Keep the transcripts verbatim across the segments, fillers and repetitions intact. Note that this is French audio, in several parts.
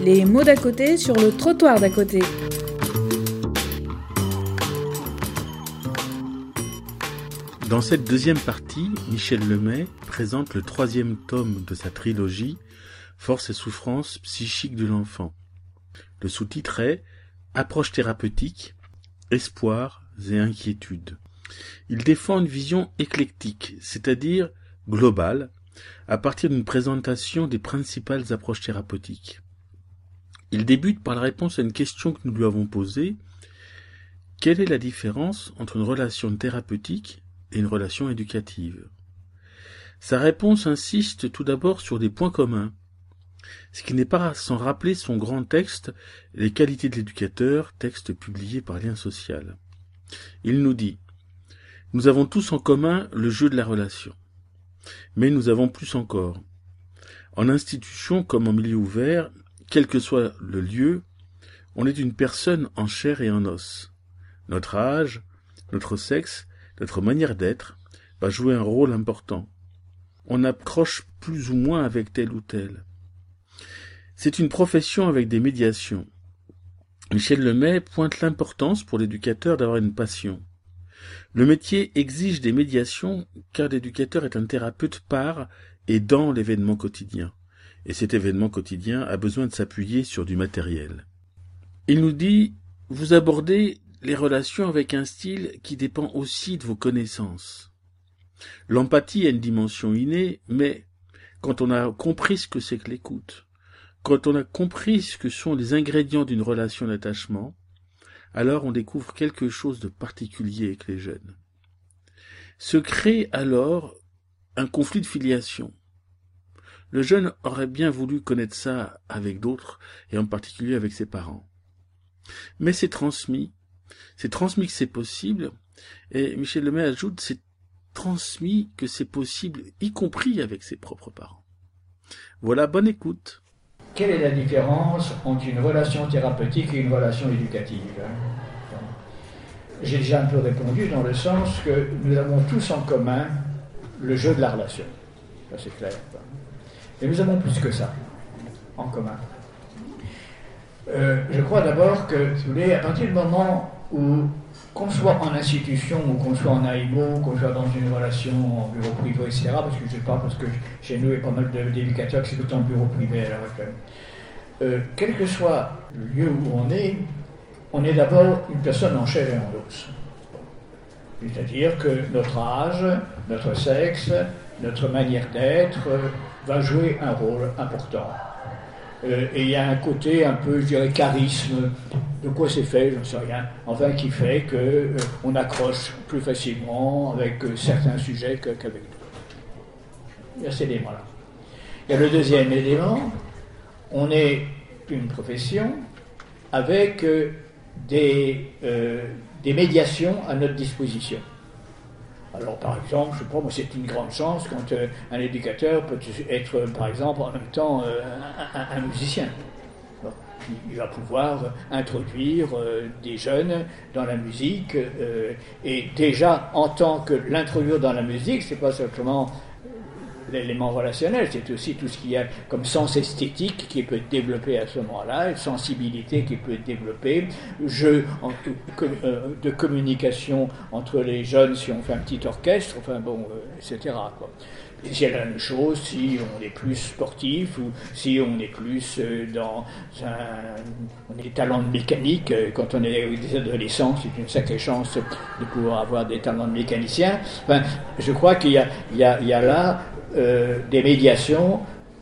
Les mots d'à côté sur le trottoir d'à côté. Dans cette deuxième partie, Michel Lemay présente le troisième tome de sa trilogie « Force et souffrance psychique de l'enfant ». Le sous-titre est « Approche thérapeutique, espoirs et inquiétudes ». Il défend une vision éclectique, c'est-à-dire globale, à partir d'une présentation des principales approches thérapeutiques. Il débute par la réponse à une question que nous lui avons posée. Quelle est la différence entre une relation thérapeutique et une relation éducative? Sa réponse insiste tout d'abord sur des points communs, ce qui n'est pas sans rappeler son grand texte « Les qualités de l'éducateur », texte publié par Lien Social. Il nous dit « Nous avons tous en commun le jeu de la relation. Mais nous avons plus encore. En institution comme en milieu ouvert, quel que soit le lieu, on est une personne en chair et en os. Notre âge, notre sexe, notre manière d'être va jouer un rôle important. On accroche plus ou moins avec tel ou tel. C'est une profession avec des médiations. Michel Lemay pointe l'importance pour l'éducateur d'avoir une passion. Le métier exige des médiations car l'éducateur est un thérapeute par et dans l'événement quotidien. Et cet événement quotidien a besoin de s'appuyer sur du matériel. Il nous dit, vous abordez les relations avec un style qui dépend aussi de vos connaissances. L'empathie a une dimension innée, mais quand on a compris ce que c'est que l'écoute, quand on a compris ce que sont les ingrédients d'une relation d'attachement, alors on découvre quelque chose de particulier avec les jeunes. Se crée alors un conflit de filiation. Le jeune aurait bien voulu connaître ça avec d'autres, et en particulier avec ses parents. Mais c'est transmis, c'est transmis que c'est possible, et Michel Lemay ajoute, c'est transmis que c'est possible, y compris avec ses propres parents. Voilà, bonne écoute. Quelle est la différence entre une relation thérapeutique et une relation éducative? J'ai déjà un peu répondu dans le sens que nous avons tous en commun le jeu de la relation. Ça c'est clair. Et nous avons plus que ça en commun. Euh, je crois d'abord que, si vous voulez, à partir du moment où, qu'on soit en institution ou qu'on soit en A I M O, qu'on soit dans une relation en bureau privé, et cetera, parce que je ne sais pas, parce que chez nous, il y a pas mal d'éducateurs qui c'est tout en bureau privé à l'heure actuelle. Euh, quel que soit le lieu où on est, on est d'abord une personne en chair et en os. C'est-à-dire que notre âge, notre sexe, notre manière d'être euh, va jouer un rôle important. Euh, et il y a un côté un peu, je dirais, charisme, de quoi c'est fait, je ne sais rien, enfin qui fait qu'on euh, accroche plus facilement avec euh, certains sujets que, qu'avec d'autres. Il y a cet élément-là. Il y a le deuxième élément, on est une profession avec euh, des, euh, des médiations à notre disposition. Alors, par exemple, je sais pas, moi, c'est une grande chance quand euh, un éducateur peut être, par exemple, en même temps euh, un, un, un musicien. Bon, il va pouvoir introduire euh, des jeunes dans la musique, euh, et déjà, en tant que l'introduire dans la musique, c'est pas simplement l'élément relationnel, c'est aussi tout ce qu'il y a comme sens esthétique qui peut être développé à ce moment-là, sensibilité qui peut être développée, jeu en, euh, de communication entre les jeunes si on fait un petit orchestre, enfin bon, euh, et cetera quoi. Et c'est la même chose si on est plus sportif ou si on est plus euh, dans un, on est des talents de mécanique. Euh, quand on est des adolescents, c'est une sacrée chance de pouvoir avoir des talents de mécanicien. Enfin, je crois qu'il y a, il y a, il y a là Euh, des médiations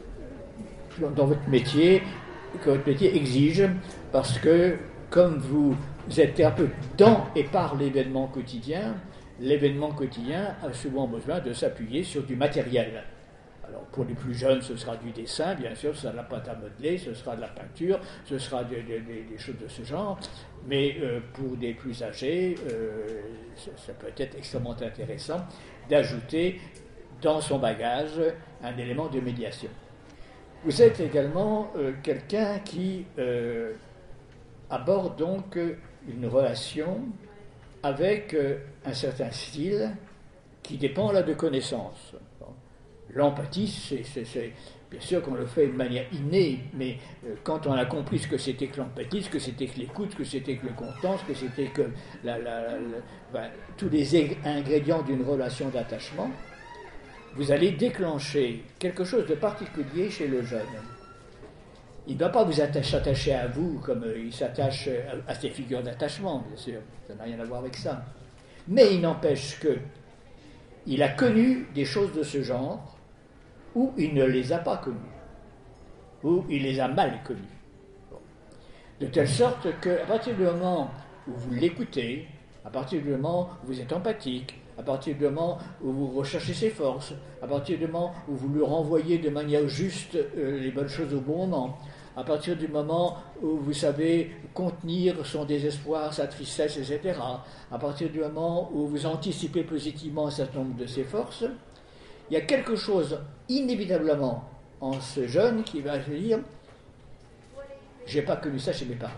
dans votre métier, que votre métier exige, parce que comme vous êtes thérapeute dans et par l'événement quotidien, l'événement quotidien a souvent besoin de s'appuyer sur du matériel. Alors pour les plus jeunes, ce sera du dessin, bien sûr, ce sera de la pâte à modeler, ce sera de la peinture, ce sera de, de, de, des choses de ce genre, mais euh, pour des plus âgés, euh, ça, ça peut être extrêmement intéressant d'ajouter dans son bagage un élément de médiation. Vous êtes également euh, quelqu'un qui euh, aborde donc une relation avec euh, un certain style qui dépend là de connaissances. L'empathie, c'est, c'est, c'est, Bien sûr qu'on le fait de manière innée, mais euh, quand on a compris ce que c'était que l'empathie, ce que c'était que l'écoute, ce que c'était que le content, ce que c'était que la, la, la, ben, tous les ingrédients d'une relation d'attachement, vous allez déclencher quelque chose de particulier chez le jeune. Il ne va pas vous s'attacher à vous comme euh, il s'attache à, à ses figures d'attachement, bien sûr, ça n'a rien à voir avec ça. Mais il n'empêche que il a connu des choses de ce genre, ou il ne les a pas connues, ou il les a mal connues. Bon. De telle sorte qu'à partir du moment où vous l'écoutez, à partir du moment où vous êtes empathique, à partir du moment où vous recherchez ses forces, à partir du moment où vous lui renvoyez de manière juste euh, les bonnes choses au bon moment, à partir du moment où vous savez contenir son désespoir, sa tristesse, et cetera, à partir du moment où vous anticipez positivement un certain nombre de ses forces, il y a quelque chose inévitablement en ce jeune qui va se dire « j'ai pas connu ça chez mes parents ».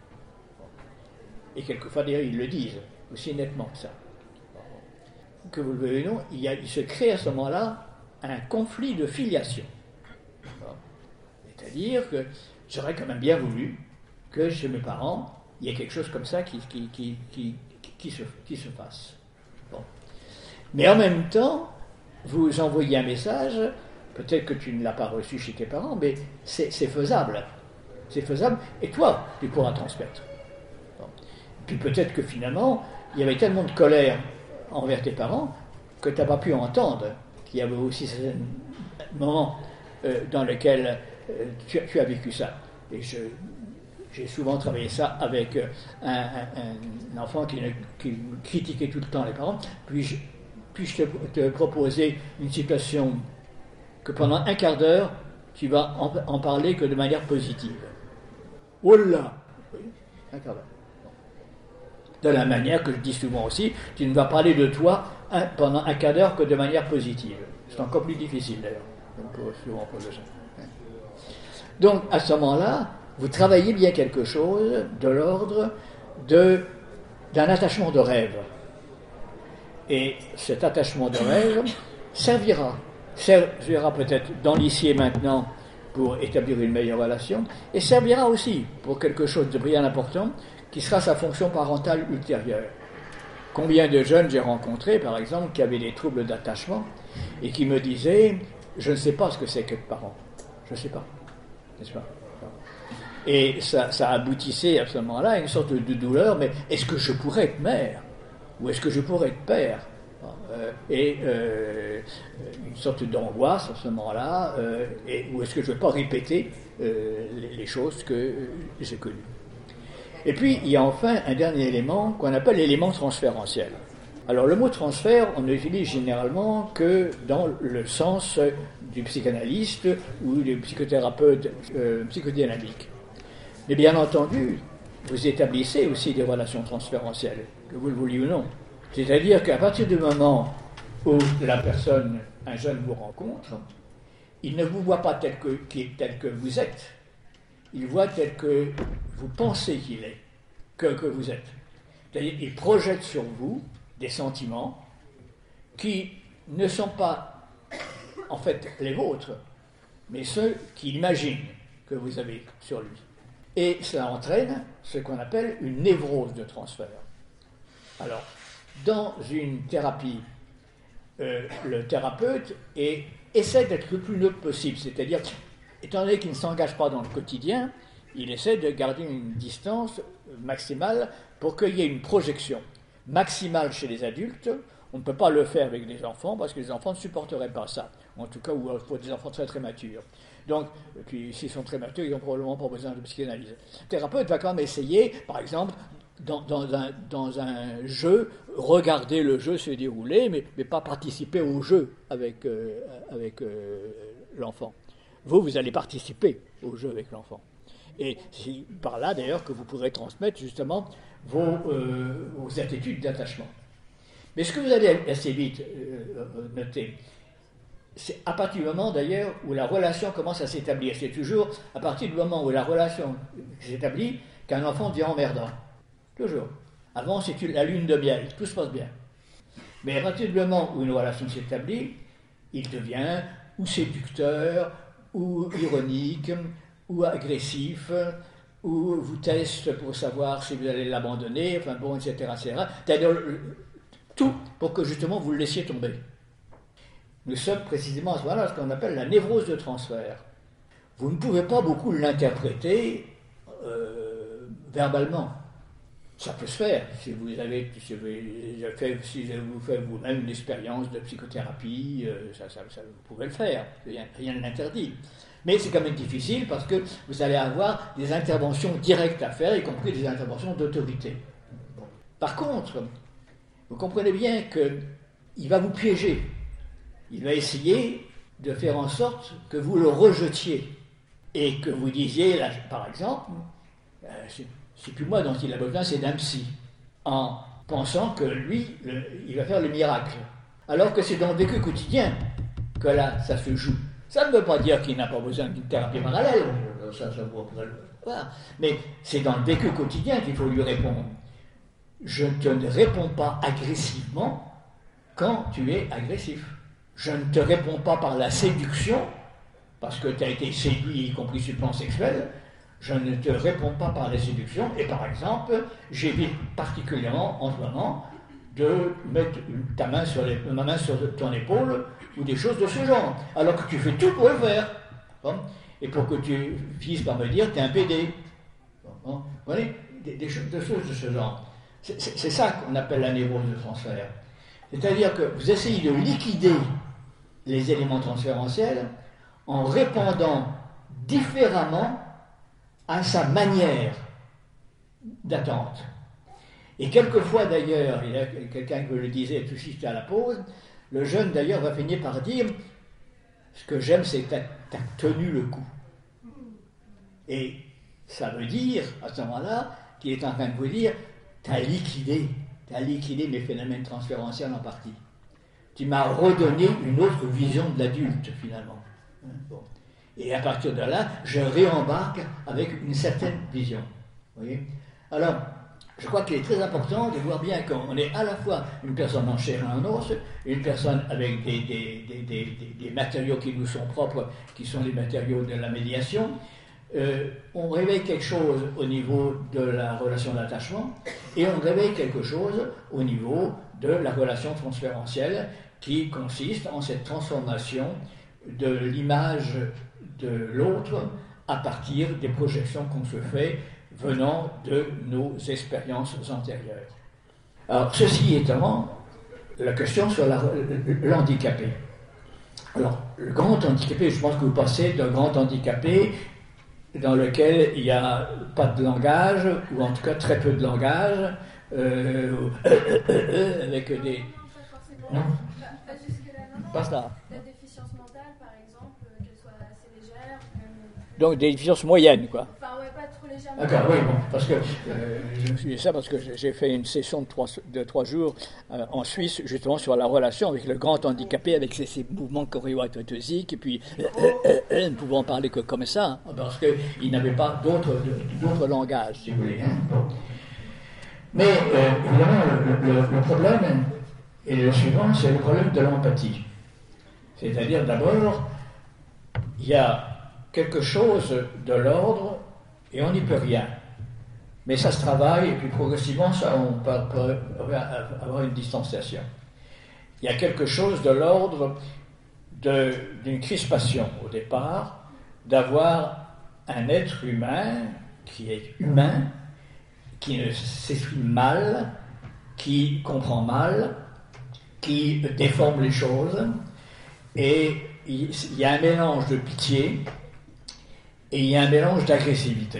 Et quelquefois d'ailleurs ils le disent aussi nettement que ça. Que vous le veuillez ou non, il, y a, il se crée à ce moment-là un conflit de filiation. C'est-à-dire que j'aurais quand même bien voulu que chez mes parents, il y ait quelque chose comme ça qui, qui, qui, qui, qui, se, qui se fasse. Bon. Mais en même temps, vous envoyez un message, peut-être que tu ne l'as pas reçu chez tes parents, mais c'est, c'est faisable. C'est faisable, et toi, tu pourras transmettre. Bon. Puis peut-être que finalement, il y avait tellement de colère envers tes parents que tu n'as pas pu entendre qu'il y avait aussi certains moments euh, dans lesquels euh, tu, tu as vécu ça. Et je, j'ai souvent travaillé ça avec euh, un, un, un enfant qui, qui critiquait tout le temps les parents. Puis je, puis je te, te proposer une situation que pendant un quart d'heure, tu vas en, en parler que de manière positive. Oh là! Oui, un quart d'heure. De la manière que je dis souvent aussi, tu ne vas parler de toi un, pendant un quart d'heure que de manière positive. C'est encore plus difficile d'ailleurs. Donc, souvent pour le jeune. Donc à ce moment-là, vous travaillez bien quelque chose de l'ordre de, d'un attachement de rêve. Et cet attachement de rêve servira. Servira peut-être dans l'I C I E maintenant pour établir une meilleure relation, et servira aussi pour quelque chose de bien important qui sera sa fonction parentale ultérieure. Combien de jeunes j'ai rencontrés, par exemple, qui avaient des troubles d'attachement et qui me disaient « je ne sais pas ce que c'est qu'être parent, je ne sais pas ». N'est-ce pas ? Et ça, ça aboutissait à ce moment-là à une sorte de douleur, mais est-ce que je pourrais être mère ? Ou est-ce que je pourrais être père ? Et euh, une sorte d'angoisse à ce moment-là, euh, et, ou est-ce que je ne vais pas répéter euh, les, les choses que euh, j'ai connues ? Et puis, il y a enfin un dernier élément qu'on appelle l'élément transférentiel. Alors, le mot transfert, on ne l'utilise généralement que dans le sens du psychanalyste ou du psychothérapeute euh, psychodynamique. Mais bien entendu, vous établissez aussi des relations transférentielles, que vous le vouliez ou non. C'est-à-dire qu'à partir du moment où la personne, un jeune vous rencontre, il ne vous voit pas tel que, tel que vous êtes, il voit tel que vous pensez qu'il est, que, que vous êtes. C'est-à-dire qu'il projette sur vous des sentiments qui ne sont pas en fait les vôtres, mais ceux qu'il imagine que vous avez sur lui. Et ça entraîne ce qu'on appelle une névrose de transfert. Alors, dans une thérapie, euh, le thérapeute est, essaie d'être le plus neutre possible, c'est-à-dire, étant donné qu'il ne s'engage pas dans le quotidien, il essaie de garder une distance maximale pour qu'il y ait une projection maximale chez les adultes. On ne peut pas le faire avec des enfants parce que les enfants ne supporteraient pas ça, en tout cas ou pour des enfants très très matures. Donc, puis s'ils sont très matures, ils n'ont probablement pas besoin de psychanalyse. Le thérapeute va quand même essayer, par exemple, dans, dans, un, dans un jeu, regarder le jeu se dérouler, mais, mais pas participer au jeu avec, euh, avec euh, l'enfant. Vous, vous allez participer au jeu avec l'enfant. Et c'est par là, d'ailleurs, que vous pourrez transmettre, justement, vos, euh, vos attitudes d'attachement. Mais ce que vous allez assez vite euh, noter, c'est à partir du moment, d'ailleurs, où la relation commence à s'établir. C'est toujours à partir du moment où la relation s'établit qu'un enfant devient emmerdant. Toujours. Avant, c'est la lune de miel, tout se passe bien. Mais à partir du moment où une relation s'établit, il devient ou séducteur, ou ironique, ou agressif, ou vous teste pour savoir si vous allez l'abandonner, enfin bon, et cetera, et cetera. C'est-à-dire tout pour que justement vous le laissiez tomber. Nous sommes précisément à ce moment-là, ce qu'on appelle la névrose de transfert. Vous ne pouvez pas beaucoup l'interpréter euh, verbalement. Ça peut se faire, si vous avez, si vous, fait, si vous faites vous-même une expérience de psychothérapie, euh, ça, ça, ça, vous pouvez le faire, rien, rien ne l'interdit. Mais c'est quand même difficile parce que vous allez avoir des interventions directes à faire, y compris des interventions d'autorité. Par contre, vous comprenez bien qu'il va vous piéger. Il va essayer de faire en sorte que vous le rejetiez et que vous disiez, là, par exemple, euh, c'est, c'est plus moi dont il a besoin, c'est d'un psy, en pensant que lui, le, il va faire le miracle. Alors que c'est dans le vécu quotidien que là, ça se joue. Ça ne veut pas dire qu'il n'a pas besoin d'une thérapie parallèle, ça, ça vous pourrez le voir. Mais c'est dans le vécu quotidien qu'il faut lui répondre. Je ne te réponds pas agressivement quand tu es agressif. Je ne te réponds pas par la séduction, parce que tu as été séduit, y compris sur le plan sexuel. Je ne te réponds pas par la séduction. Et par exemple, j'évite particulièrement en ce moment de mettre ta main sur les, ma main sur ton épaule ou des choses de ce genre. Alors que tu fais tout pour le faire. Bon. Et pour que tu finisses par me dire, tu es un pédé. Bon. Vous voyez, des, des, choses, des choses de ce genre. C'est, c'est, c'est ça qu'on appelle la névrose de transfert. C'est-à-dire que vous essayez de liquider les éléments transférentiels en répondant différemment à sa manière d'attente. Et quelquefois d'ailleurs, il y a quelqu'un qui le disait tout de suite à la pause, le jeune d'ailleurs va finir par dire « ce que j'aime c'est que tu as tenu le coup ». Et ça veut dire, à ce moment-là, qu'il est en train de vous dire « tu as liquidé, tu as liquidé mes phénomènes transférentiels en partie. Tu m'as redonné une autre vision de l'adulte finalement. » Bon. Et à partir de là, je réembarque avec une certaine vision. Vous voyez ? Alors, je crois qu'il est très important de voir bien qu'on est à la fois une personne en chair et en os, une personne avec des, des, des, des, des, des matériaux qui nous sont propres, qui sont les matériaux de la médiation. Euh, on réveille quelque chose au niveau de la relation d'attachement et on réveille quelque chose au niveau de la relation transférentielle qui consiste en cette transformation de l'image de l'autre à partir des projections qu'on se fait venant de nos expériences antérieures. Alors, ceci étant, la question sur la, l'handicapé. Alors, le grand handicapé, je pense que vous passez d'un grand handicapé dans lequel il n'y a pas de langage, ou en tout cas très peu de langage, euh, avec des... Non, pas ça. La déficience mentale, par exemple, qu'elle soit assez légère, même... Donc des déficiences moyennes, quoi. Enfin, ouais, pas trop légère. D'accord, oui, bon, parce que euh, je me suis dit ça parce que j'ai fait une session de trois, de trois jours euh, en Suisse, justement sur la relation avec le grand handicapé, avec ses, ses mouvements choréo-athlétiques, et puis euh, euh, euh, ne pouvant parler que comme ça, hein, parce qu'il n'avait pas d'autres, d'autres langages, si vous voulez. Hein. Mais euh, évidemment, le, le, le problème est le suivant, c'est le problème de l'empathie. C'est-à-dire, d'abord, il y a quelque chose de l'ordre et on n'y peut rien. Mais ça se travaille et puis progressivement, ça, on peut, peut avoir une distanciation. Il y a quelque chose de l'ordre de, d'une crispation au départ, d'avoir un être humain qui est humain, qui s'exprime mal, qui comprend mal, qui déforme les choses, et il y a un mélange de pitié et il y a un mélange d'agressivité.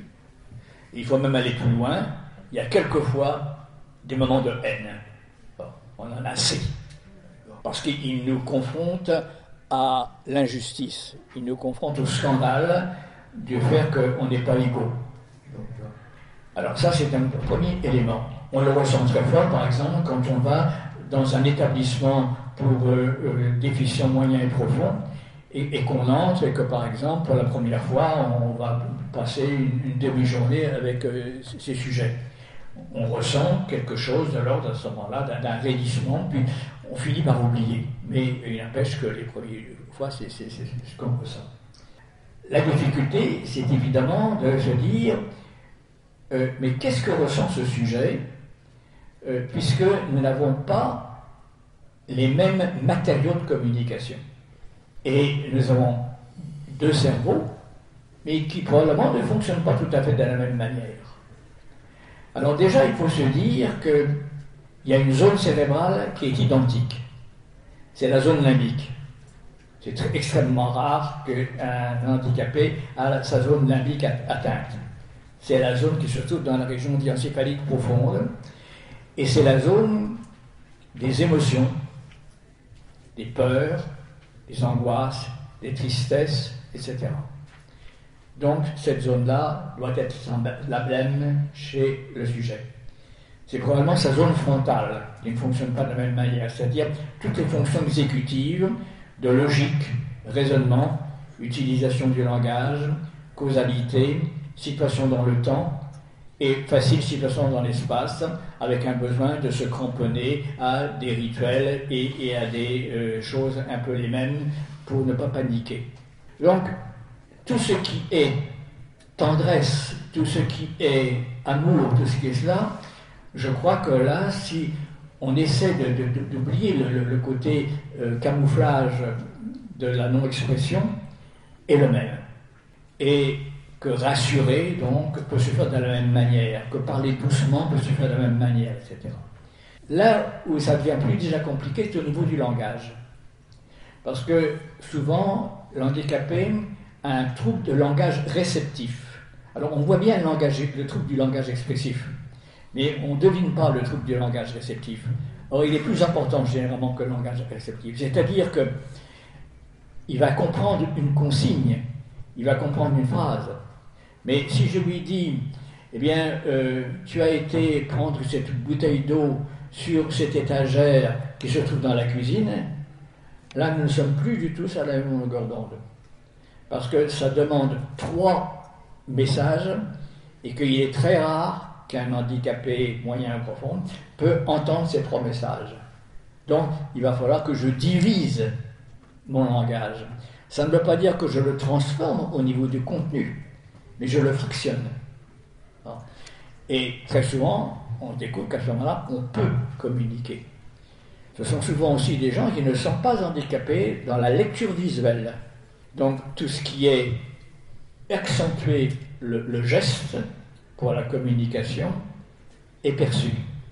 Il faut même aller plus loin. Il y a quelquefois des moments de haine. Bon, on en a assez. Parce qu'il nous confronte à l'injustice. Il nous confronte au scandale du fait qu'on n'est pas égaux. Alors ça, c'est un premier élément. On le ressent très fort, par exemple, quand on va dans un établissement pour euh, euh, déficients moyens et profonds, et, et qu'on entre, et que par exemple, pour la première fois, on va passer une, une demi-journée avec euh, ces sujets. On ressent quelque chose de l'ordre à ce moment-là, d'un, d'un raidissement, puis on finit par oublier. Mais il n'empêche que les premières fois, c'est, c'est, c'est ce qu'on ressent. la difficulté, c'est évidemment de se dire euh, mais qu'est-ce que ressent ce sujet euh, puisque nous n'avons pas les mêmes matériaux de communication. Et nous avons deux cerveaux, mais qui probablement ne fonctionnent pas tout à fait de la même manière. Alors déjà, il faut se dire qu'il y a une zone cérébrale qui est identique. C'est la zone limbique. C'est très, extrêmement rare qu'un handicapé ait sa zone limbique atteinte. C'est la zone qui se trouve dans la région diencéphalique profonde, et c'est la zone des émotions, des peurs, des angoisses, des tristesses, et cetera. Donc, cette zone-là doit être la même chez le sujet. C'est probablement sa zone frontale qui ne fonctionne pas de la même manière, c'est-à-dire toutes les fonctions exécutives de logique, raisonnement, utilisation du langage, causalité, situation dans le temps et facile situation dans l'espace, avec un besoin de se cramponner à des rituels et, et à des euh, choses un peu les mêmes pour ne pas paniquer. Donc, tout ce qui est tendresse, tout ce qui est amour, tout ce qui est cela, je crois que là, si on essaie de, de, de, d'oublier le, le, le côté euh, camouflage de la non-expression, est le même. Et que rassurer, donc, peut se faire de la même manière, que parler doucement peut se faire de la même manière, et cetera. Là où ça devient plus déjà compliqué, c'est au niveau du langage. Parce que souvent, l'handicapé a un trouble de langage réceptif. Alors, on voit bien le, langage, le trouble du langage expressif, mais on ne devine pas le trouble du langage réceptif. Or, il est plus important généralement que le langage réceptif. C'est-à-dire qu'il va comprendre une consigne, il va comprendre une phrase. Mais si je lui dis, eh bien, euh, tu as été prendre cette bouteille d'eau sur cette étagère qui se trouve dans la cuisine, là, nous ne sommes plus du tout à la même longueur d'onde. Parce que ça demande trois messages et qu'il est très rare qu'un handicapé moyen ou profond peut entendre ces trois messages. Donc, il va falloir que je divise mon langage. Ça ne veut pas dire que je le transforme au niveau du contenu, mais je le frictionne. Et très souvent, on découvre qu'à ce moment-là, on peut communiquer. Ce sont souvent aussi des gens qui ne sont pas handicapés dans la lecture visuelle. Donc, tout ce qui est accentuer le, le geste pour la communication est perçu.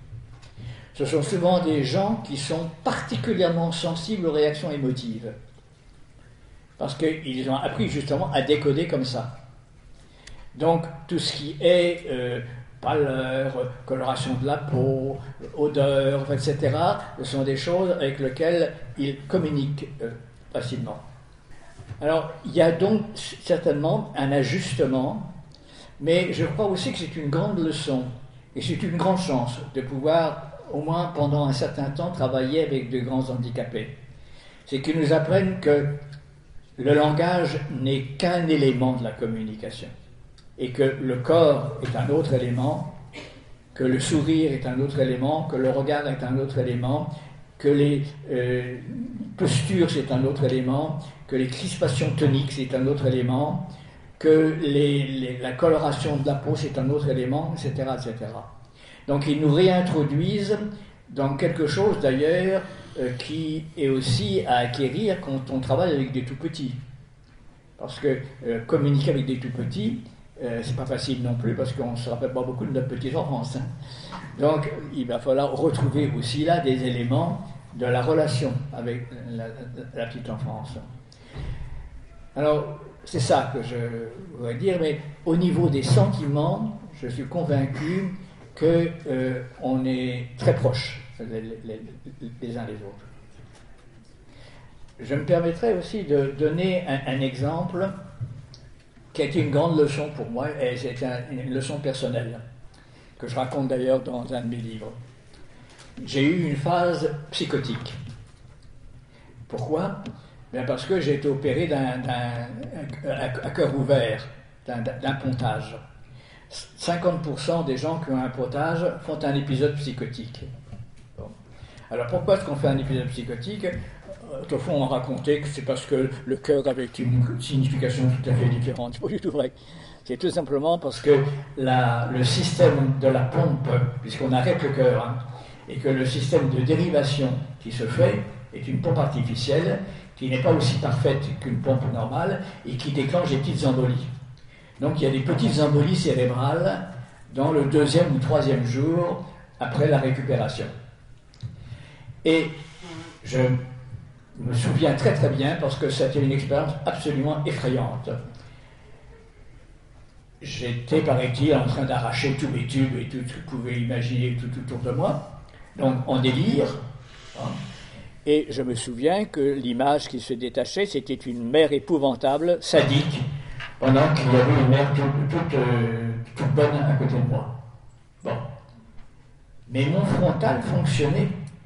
Ce sont souvent des gens qui sont particulièrement sensibles aux réactions émotives, parce qu'ils ont appris justement à décoder comme ça. Donc, tout ce qui est euh, pâleur, coloration de la peau, odeur, et cetera, ce sont des choses avec lesquelles ils communiquent euh, facilement. Alors, il y a donc certainement un ajustement, mais je crois aussi que c'est une grande leçon, et c'est une grande chance de pouvoir, au moins pendant un certain temps, travailler avec de grands handicapés. C'est qu'ils nous apprennent que le langage n'est qu'un élément de la communication, et que le corps est un autre élément, que le sourire est un autre élément, que le regard est un autre élément, que les euh, postures c'est un autre élément, que les crispations toniques c'est un autre élément, que les, les, la coloration de la peau c'est un autre élément, et cetera, et cetera. Donc ils nous réintroduisent dans quelque chose d'ailleurs euh, qui est aussi à acquérir quand on travaille avec des tout-petits. Parce que euh, communiquer avec des tout-petits, euh, c'est pas facile non plus, parce qu'on ne se rappelle pas beaucoup de notre petite enfance. Hein. Donc il va falloir retrouver aussi là des éléments de la relation avec la, la, la petite enfance. Alors, c'est ça que je voudrais dire, mais au niveau des sentiments, je suis convaincu qu'on euh, est très proches les, les, les uns les autres. Je me permettrai aussi de donner un, un exemple qui a été une grande leçon pour moi, et c'est un, une leçon personnelle, que je raconte d'ailleurs dans un de mes livres. J'ai eu une phase psychotique. Pourquoi ? Bien parce que j'ai été opéré d'un, d'un, à cœur ouvert, d'un, d'un pontage. cinquante pour cent des gens qui ont un pontage font un épisode psychotique. Bon. Alors pourquoi est-ce qu'on fait un épisode psychotique ? autrefois, on racontait que c'est parce que le cœur avait une signification tout à fait différente. C'est pas du tout vrai. C'est tout simplement parce que la, le système de la pompe, puisqu'on arrête le cœur, hein, et que le système de dérivation qui se fait est une pompe artificielle qui n'est pas aussi parfaite qu'une pompe normale et qui déclenche des petites embolies. Donc il y a des petites embolies cérébrales dans le deuxième ou troisième jour après la récupération. Et je me souviens très très bien parce que c'était une expérience absolument effrayante. J'étais, paraît-il, en train d'arracher tous mes tubes et tout ce que vous pouvez imaginer tout autour de moi, donc en délire. Hein. Et je me souviens que l'image qui se détachait, c'était une mère épouvantable, sadique, pendant qu'il y avait une mère toute, toute, euh, toute bonne à côté de moi. Bon. Mais mon frontal fonctionnait.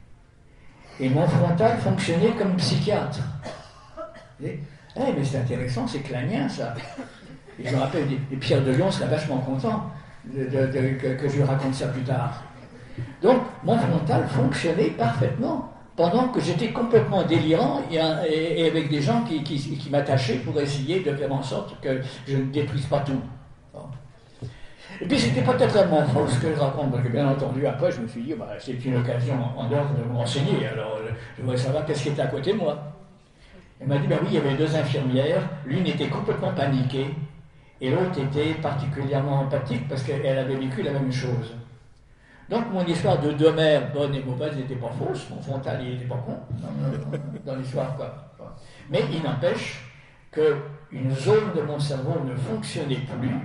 Et mon frontal fonctionnait comme psychiatre. Eh, mais c'est intéressant, c'est clanien ça. Et je me rappelle, et Pierre de Lyon serait vachement content de, de, de, que, que je lui raconte ça plus tard. Donc, mon frontal fonctionnait parfaitement, pendant que j'étais complètement délirant et, et, et avec des gens qui, qui, qui m'attachaient pour essayer de faire en sorte que je ne détruise pas tout. Bon. Et puis, c'était pas totalement faux ce que je raconte, parce que bien entendu, après, je me suis dit, bah, c'est une occasion en dehors de me renseigner, alors je voudrais savoir qu'est-ce qui était à côté de moi. Elle m'a dit, ben oui, il y avait deux infirmières, l'une était complètement paniquée, et l'autre était particulièrement empathique parce qu'elle avait vécu la même chose. Donc mon histoire de deux mères bonnes et mauvaises n'était pas fausse, mon frontal il n'était pas con dans, dans l'histoire quoi. Mais il n'empêche qu'une zone de mon cerveau ne fonctionnait plus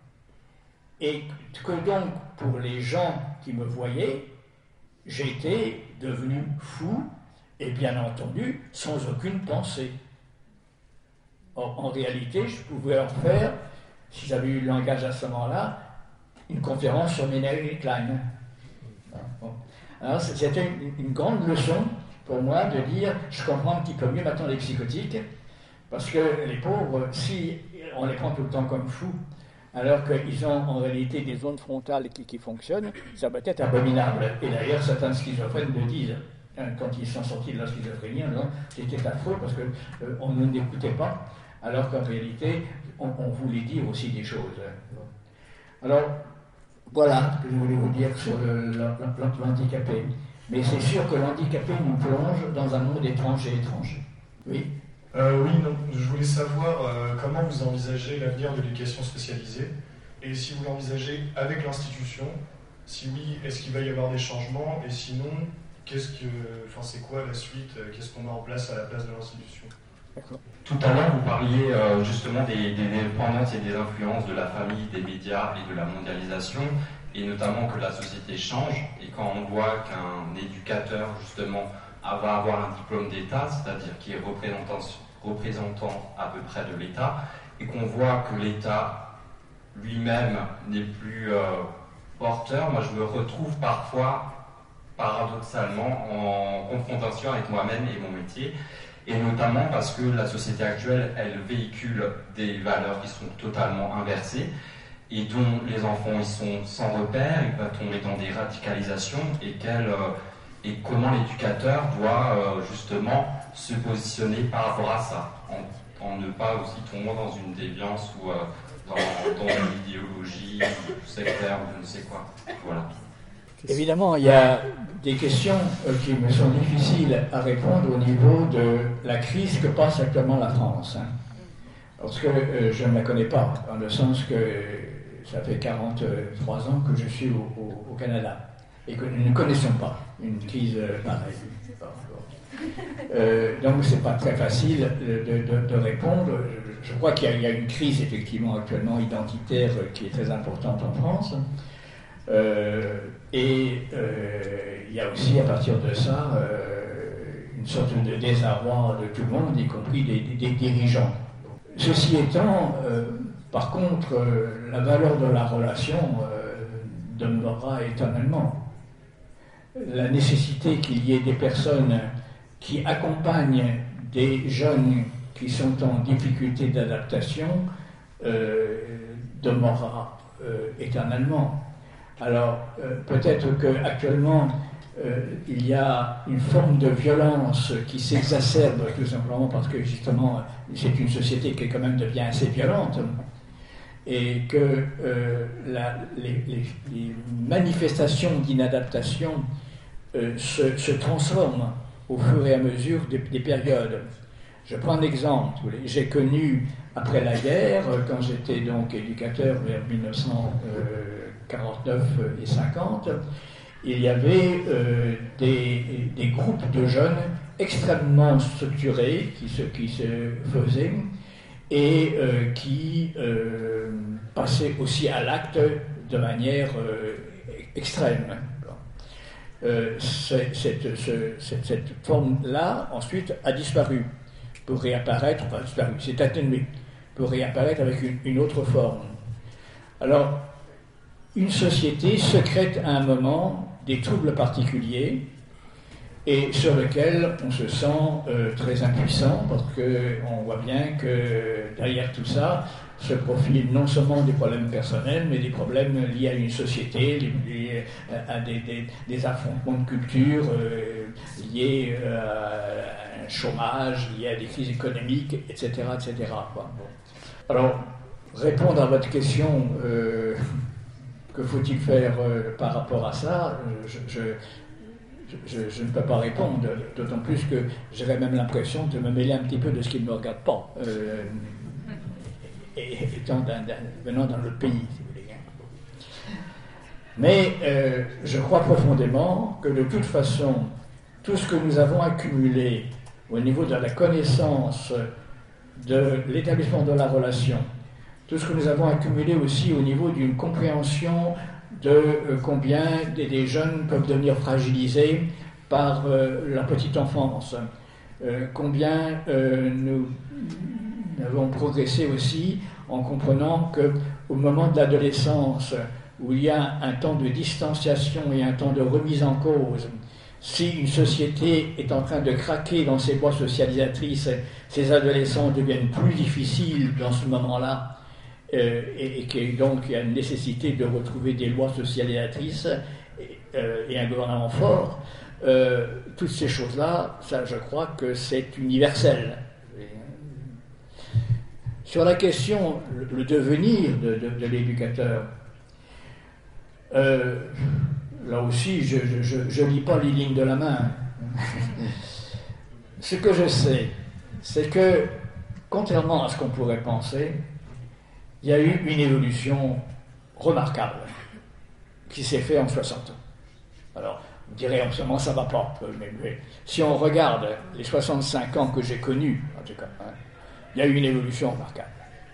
et que donc pour les gens qui me voyaient, j'étais devenu fou et bien entendu sans aucune pensée. Or, en réalité, je pouvais en faire, si j'avais eu le langage à ce moment-là, une conférence sur Menel Klein. Bon. Alors c'était une, une grande leçon pour moi de dire, je comprends un petit peu mieux maintenant les psychotiques, parce que les pauvres, si on les prend tout le temps comme fous, alors qu'ils ont en réalité des zones frontales qui, qui fonctionnent, ça peut être abominable. Et d'ailleurs, certains schizophrènes le disent. Quand ils sont sortis de la schizophrénie, c'était affreux parce qu'on euh, ne l'écoutait pas, alors qu'en réalité, on, on voulait dire aussi des choses. Alors, voilà ce que je voulais vous dire sur le, l'handicapé. Mais c'est sûr que l'handicapé nous plonge dans un monde étrange et étrange. Oui euh, Oui, non. Je voulais savoir euh, comment vous envisagez l'avenir de l'éducation spécialisée et si vous l'envisagez avec l'institution. Si oui, est-ce qu'il va y avoir des changements et sinon, qu'est-ce que, enfin, c'est quoi la suite? Qu'est-ce qu'on met en place à la place de l'institution? Tout à l'heure, vous parliez euh, justement des, des dépendances et des influences de la famille, des médias et de la mondialisation, et notamment que la société change. Et quand on voit qu'un éducateur, justement, va avoir un diplôme d'État, c'est-à-dire qui est représentant, représentant à peu près de l'État, et qu'on voit que l'État lui-même n'est plus euh, porteur, moi je me retrouve parfois, paradoxalement, en confrontation avec moi-même et mon métier. Et notamment parce que la société actuelle, elle véhicule des valeurs qui sont totalement inversées et dont les enfants ils sont sans repère, ils peuvent tomber dans des radicalisations et, quel, euh, et comment l'éducateur doit euh, justement se positionner par rapport à ça, en, en ne pas aussi tomber dans une déviance ou euh, dans, dans une idéologie sectaire ou je ne sais quoi. Voilà. Évidemment, il y a des questions qui me sont difficiles à répondre au niveau de la crise que passe actuellement la France. Hein. Parce que euh, je ne la connais pas, dans le sens que ça fait quarante-trois ans que je suis au, au, au Canada et que nous ne connaissons pas une crise pareille. Euh, donc c'est pas très facile de, de, de répondre. Je, je crois qu'il y a, il y a une crise effectivement actuellement identitaire qui est très importante en France. Euh, et euh, il y a aussi à partir de ça euh, une sorte de désarroi de tout le monde, y compris des, des, des dirigeants. Ceci étant, euh, par contre, euh, la valeur de la relation euh, demeurera éternellement. La nécessité qu'il y ait des personnes qui accompagnent des jeunes qui sont en difficulté d'adaptation euh, demeurera euh, éternellement. Alors, euh, peut-être qu'actuellement, euh, il y a une forme de violence qui s'exacerbe tout simplement parce que justement c'est une société qui quand même devient assez violente et que euh, la, les, les, les manifestations d'inadaptation euh, se, se transforment au fur et à mesure des, des périodes. Je prends un exemple. J'ai connu, après la guerre, quand j'étais donc éducateur vers mille neuf cent quarante-neuf et cinquante, il y avait euh, des, des groupes de jeunes extrêmement structurés qui se, qui se faisaient et euh, qui euh, passaient aussi à l'acte de manière euh, extrême. Euh, cette, cette, cette, cette forme-là, ensuite, a disparu, pour réapparaître, enfin, disparu, c'est atténué, pour réapparaître avec une, une autre forme. Alors, une société secrète à un moment des troubles particuliers et sur lesquels on se sent euh, très impuissant parce qu'on voit bien que derrière tout ça se profilent non seulement des problèmes personnels mais des problèmes liés à une société, liés à des, des, des affrontements de culture, euh, liés à un chômage, liés à des crises économiques, et cetera et cetera quoi. Bon. Alors, répondre à votre question, euh, que faut-il faire euh, par rapport à ça, je, je, je, je ne peux pas répondre, d'autant plus que j'aurais même l'impression de me mêler un petit peu de ce qui ne me regarde pas, euh, et, étant d'un, d'un, venant dans le pays, si vous voulez. Mais euh, je crois profondément que de toute façon, tout ce que nous avons accumulé au niveau de la connaissance de l'établissement de la relation, tout ce que nous avons accumulé aussi au niveau d'une compréhension de euh, combien des, des jeunes peuvent devenir fragilisés par euh, leur petite enfance, euh, combien euh, nous avons progressé aussi en comprenant qu'au moment de l'adolescence, où il y a un temps de distanciation et un temps de remise en cause, si une société est en train de craquer dans ses voies socialisatrices, ces adolescents deviennent plus difficiles dans ce moment-là, Euh, et, et qu'il donc y a une nécessité de retrouver des lois socialisatrices et, euh, et un gouvernement fort, euh, toutes ces choses-là, ça je crois que c'est universel. Sur la question, le, le devenir de, de, de l'éducateur, euh, là aussi je ne lis pas les lignes de la main. Ce que je sais, c'est que, contrairement à ce qu'on pourrait penser, il y a eu une évolution remarquable qui s'est faite en soixante ans. Alors, vous direz, en ce moment, ça ne va pas. Mais, mais si on regarde les soixante-cinq ans que j'ai connus, en tout cas, hein, il y a eu une évolution remarquable.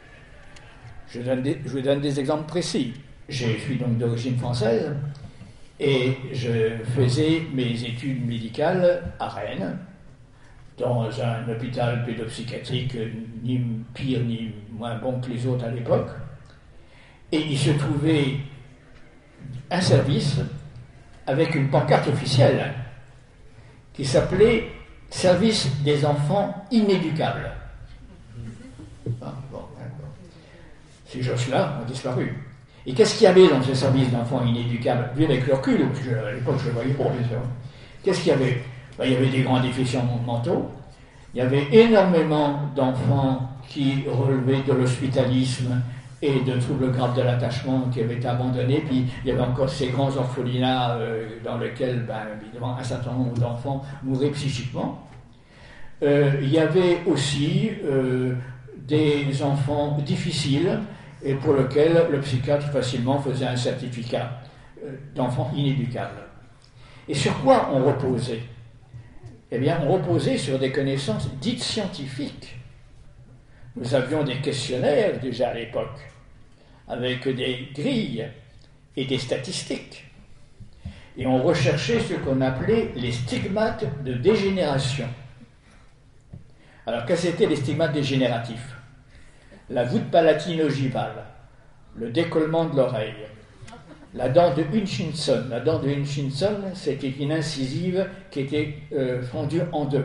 Je, donne des, je vous donne des exemples précis. Je suis donc d'origine française et je faisais mes études médicales à Rennes, dans un hôpital pédopsychiatrique ni pire ni moins bon que les autres à l'époque. Et il se trouvait un service avec une pancarte officielle qui s'appelait « Service des enfants inéducables ». Ah, bon, ces choses-là ont disparu. Et qu'est-ce qu'il y avait dans ce service d'enfants inéducables? Vu avec le recul, parce qu'à l'époque je le voyais pas, bien sûr. Qu'est-ce qu'il y avait? Ben, il y avait des grands déficients mentaux, il y avait énormément d'enfants qui relevaient de l'hospitalisme et de troubles graves de l'attachement qui avaient été abandonnés, puis il y avait encore ces grands orphelinats euh, dans lesquels, ben, évidemment, un certain nombre d'enfants mouraient psychiquement. Euh, il y avait aussi euh, des enfants difficiles et pour lesquels le psychiatre facilement faisait un certificat euh, d'enfants inéducables. Et sur quoi on reposait? Eh bien, on reposait sur des connaissances dites scientifiques. Nous avions des questionnaires déjà à l'époque, avec des grilles et des statistiques. Et on recherchait ce qu'on appelait les stigmates de dégénération. Alors, quels étaient les stigmates dégénératifs? La voûte palatino-ogivale, le décollement de l'oreille, la dent de Hutchinson. La dent de Hutchinson, c'était une incisive qui était euh, fendue en deux.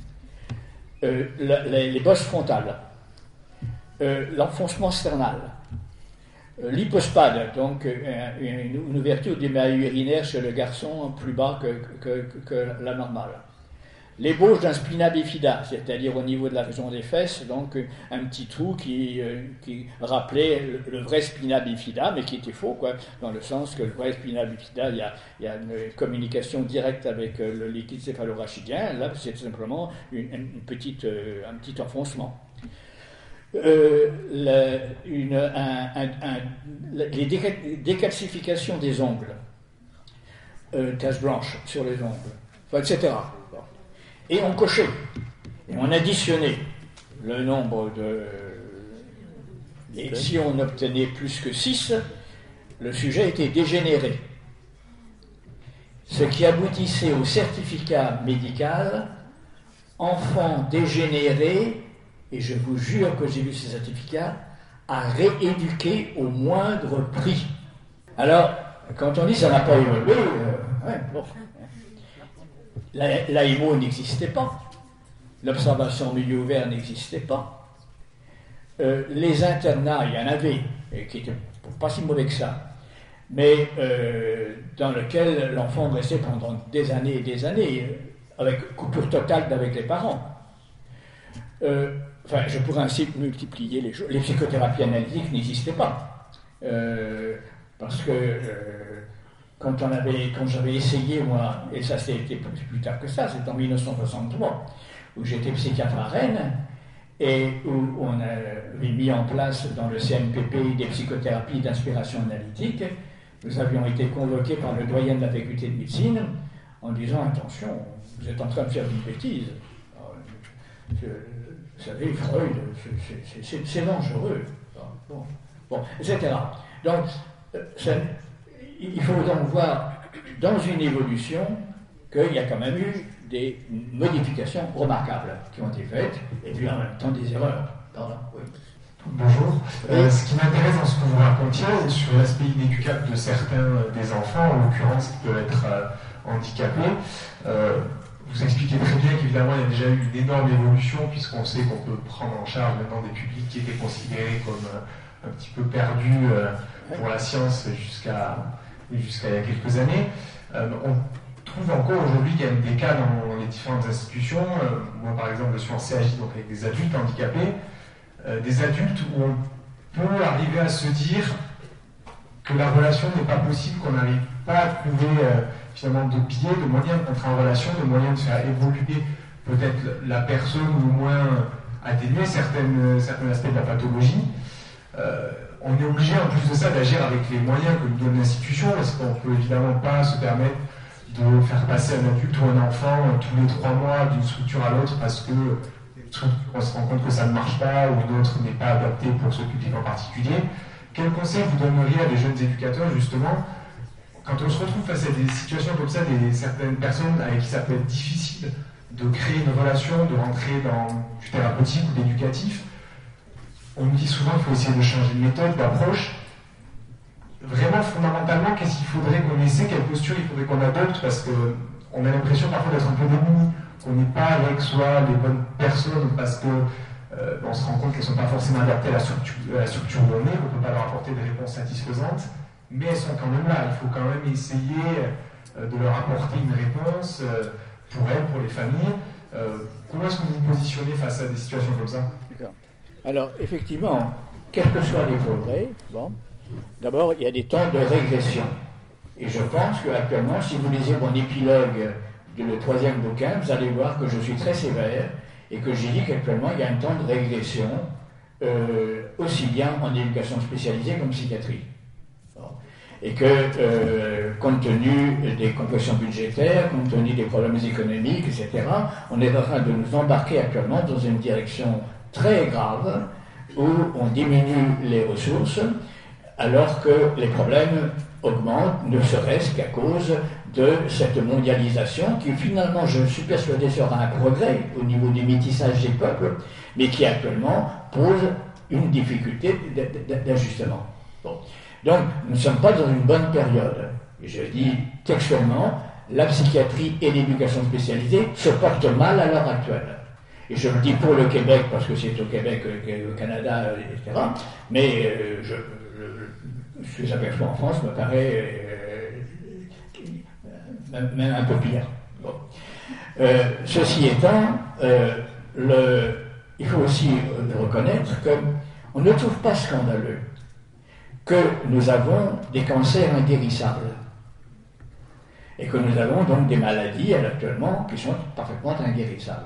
Euh, la, les, les bosses frontales, euh, l'enfoncement sternal, L'hypospade, donc une ouverture du maillot urinaire chez le garçon plus bas que, que, que, que la normale. L'ébauche d'un spina bifida, c'est-à-dire au niveau de la région des fesses, donc un petit trou qui, qui rappelait le, le vrai spina bifida, mais qui était faux, quoi, dans le sens que le vrai spina bifida, il y a, il y a une communication directe avec le liquide céphalorachidien. Là, c'est simplement une, une petite, un petit enfoncement. Euh, la, une, un, un, un, les décalcifications des ongles, euh, taches blanches sur les ongles, enfin, et cetera. Bon. Et on cochait, et on additionnait le nombre de... Et si on obtenait plus que six, le sujet était dégénéré. Ce qui aboutissait au certificat médical, enfant dégénéré, et je vous jure que j'ai vu ce certificat, à rééduquer au moindre prix. Alors, quand on dit ça n'a pas évolué, euh, ouais, bon. L'A M O n'existait pas, l'observation en milieu ouvert n'existait pas, euh, les internats, il y en avait, et qui n'étaient pas si mauvais que ça, mais euh, dans lequel l'enfant restait pendant des années et des années, avec coupure totale d'avec les parents. Euh, Enfin, je pourrais ainsi multiplier les choses. Les psychothérapies analytiques n'existaient pas. Euh, parce que euh, quand, on avait, quand j'avais essayé, moi, et ça c'était plus, plus tard que ça, c'est en dix-neuf cent soixante-trois, où j'étais psychiatre à Rennes, et où on avait mis en place dans le C N P P des psychothérapies d'inspiration analytique. Nous avions été convoqués par le doyen de la faculté de médecine en disant « Attention, vous êtes en train de faire une bêtise. » je, Vous savez, Freud, c'est dangereux, bon, bon, et cetera. Donc, ça, il faut donc voir dans une évolution qu'il y a quand même eu des modifications remarquables qui ont été faites, et puis en même temps des erreurs. Pardon, oui. Bonjour. Euh, ce qui m'intéresse dans ce que vous racontiez, sur l'aspect inéducable de certains des enfants, en l'occurrence qui peuvent être euh, handicapés, euh, vous expliquez très bien qu'évidemment il y a déjà eu une énorme évolution puisqu'on sait qu'on peut prendre en charge maintenant des publics qui étaient considérés comme euh, un petit peu perdus euh, pour la science jusqu'à jusqu'à il y a quelques années. Euh, on trouve encore aujourd'hui qu'il y a des cas dans les différentes institutions. Euh, moi par exemple je suis en C A J, donc avec des adultes handicapés, euh, des adultes où on peut arriver à se dire que la relation n'est pas possible, qu'on n'arrive pas à trouver euh, finalement de biais, de moyens d'entrer en relation, de moyens de faire évoluer peut-être la personne ou au moins atténuer certaines, certains aspects de la pathologie. Euh, on est obligé en plus de ça d'agir avec les moyens que nous donne l'institution, parce qu'on ne peut évidemment pas se permettre de faire passer un adulte ou un enfant euh, tous les trois mois d'une structure à l'autre parce que on se rend compte que ça ne marche pas ou une autre n'est pas adaptée pour ce public en particulier. Quel conseil vous donneriez à des jeunes éducateurs justement quand on se retrouve face à des situations comme ça, des, certaines personnes avec qui ça peut être difficile de créer une relation, de rentrer dans du thérapeutique ou d'éducatif, on nous dit souvent qu'il faut essayer de changer de méthode, d'approche. Vraiment, fondamentalement, qu'est-ce qu'il faudrait qu'on essaie, quelle posture il faudrait qu'on adopte, parce qu'on a l'impression parfois d'être un peu démunis, qu'on n'est pas avec soit les bonnes personnes, parce que euh, on se rend compte qu'elles ne sont pas forcément adaptées à la structure, à la structure où on est, qu'on ne peut pas leur apporter des réponses satisfaisantes. Mais elles sont quand même là, il faut quand même essayer de leur apporter une réponse pour elles, pour les familles. Comment est-ce que vous vous positionnez face à des situations comme ça? D'accord. Alors, effectivement, quels que soient les progrès, bon, d'abord, il y a des temps de régression. Et je pense qu'actuellement, si vous lisez mon épilogue du troisième bouquin, vous allez voir que je suis très sévère et que j'ai dit qu'actuellement, il y a un temps de régression, euh, aussi bien en éducation spécialisée qu'en psychiatrie. Et que, euh, compte tenu des compressions budgétaires, compte tenu des problèmes économiques, et cetera, on est en train de nous embarquer actuellement dans une direction très grave où on diminue les ressources alors que les problèmes augmentent, ne serait-ce qu'à cause de cette mondialisation qui finalement, je suis persuadé, sera un progrès au niveau du métissage des peuples, mais qui actuellement pose une difficulté d'ajustement. Bon. Donc, nous ne sommes pas dans une bonne période. Et je dis textuellement, la psychiatrie et l'éducation spécialisée se portent mal à l'heure actuelle. Et je le dis pour le Québec, parce que c'est au Québec, au Canada, et cetera. Mais euh, je, je, ce que j'aperçois en France me paraît euh, même, même un peu pire. Bon. Euh, ceci étant, euh, le, il faut aussi reconnaître qu'on ne trouve pas scandaleux que nous avons des cancers inguérissables et que nous avons donc des maladies actuellement qui sont parfaitement inguérissables.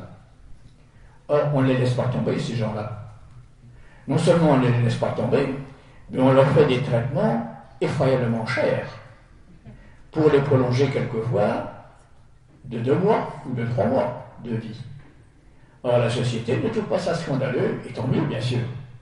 Or, on ne les laisse pas tomber, ces gens-là. Non seulement on ne les laisse pas tomber, mais on leur fait des traitements effroyablement chers pour les prolonger quelquefois de deux mois ou de trois mois de vie. Or, la société ne trouve pas ça scandaleux, et tant mieux, bien sûr.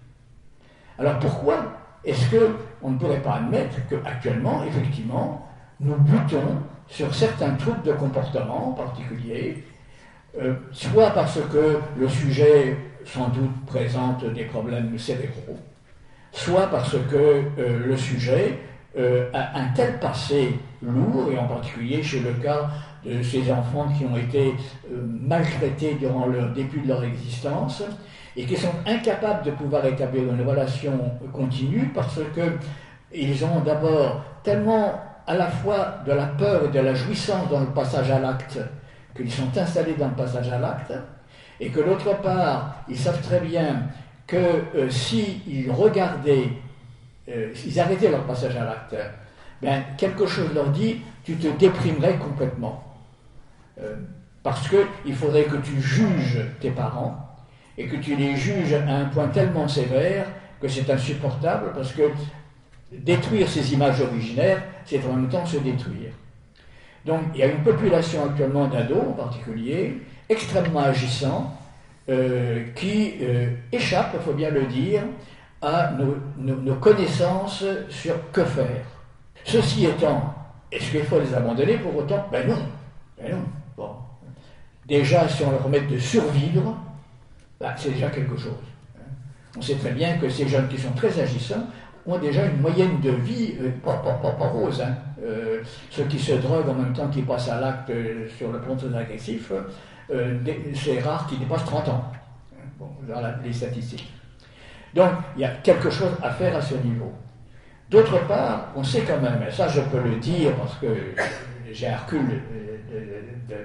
Alors pourquoi est-ce qu'on ne pourrait pas admettre qu'actuellement, effectivement, nous butons sur certains troubles de comportement particuliers, euh, soit parce que le sujet, sans doute, présente des problèmes cérébraux, soit parce que euh, le sujet euh, a un tel passé lourd, et en particulier chez le cas de ces enfants qui ont été euh, maltraités durant le début de leur existence, et qui sont incapables de pouvoir établir une relation continue parce qu'ils ont d'abord tellement à la fois de la peur et de la jouissance dans le passage à l'acte, qu'ils sont installés dans le passage à l'acte, et que d'autre part, ils savent très bien que euh, s'ils regardaient, euh, s'ils arrêtaient leur passage à l'acte, ben, quelque chose leur dit, tu te déprimerais complètement. Euh, parce qu'il faudrait que tu juges tes parents, et que tu les juges à un point tellement sévère que c'est insupportable, parce que détruire ces images originaires, c'est en même temps se détruire. Donc il y a une population actuellement d'ados en particulier, extrêmement agissants, euh, qui euh, échappent, il faut bien le dire, à nos, nos, nos connaissances sur que faire. Ceci étant, est-ce qu'il faut les abandonner pour autant? Ben non, ben non. Bon. Déjà, si on leur permet de survivre, ben, c'est déjà quelque chose. On sait très bien que ces jeunes qui sont très agissants ont déjà une moyenne de vie, euh, pas, pas, pas, pas rose. Hein. Euh, ceux qui se droguent en même temps qu'ils passent à l'acte euh, sur le plan agressif, euh, c'est rare qu'ils dépassent trente ans, bon, dans la, les statistiques. Donc, il y a quelque chose à faire à ce niveau. D'autre part, on sait quand même, et ça je peux le dire parce que j'ai un recul, de, de, de, de,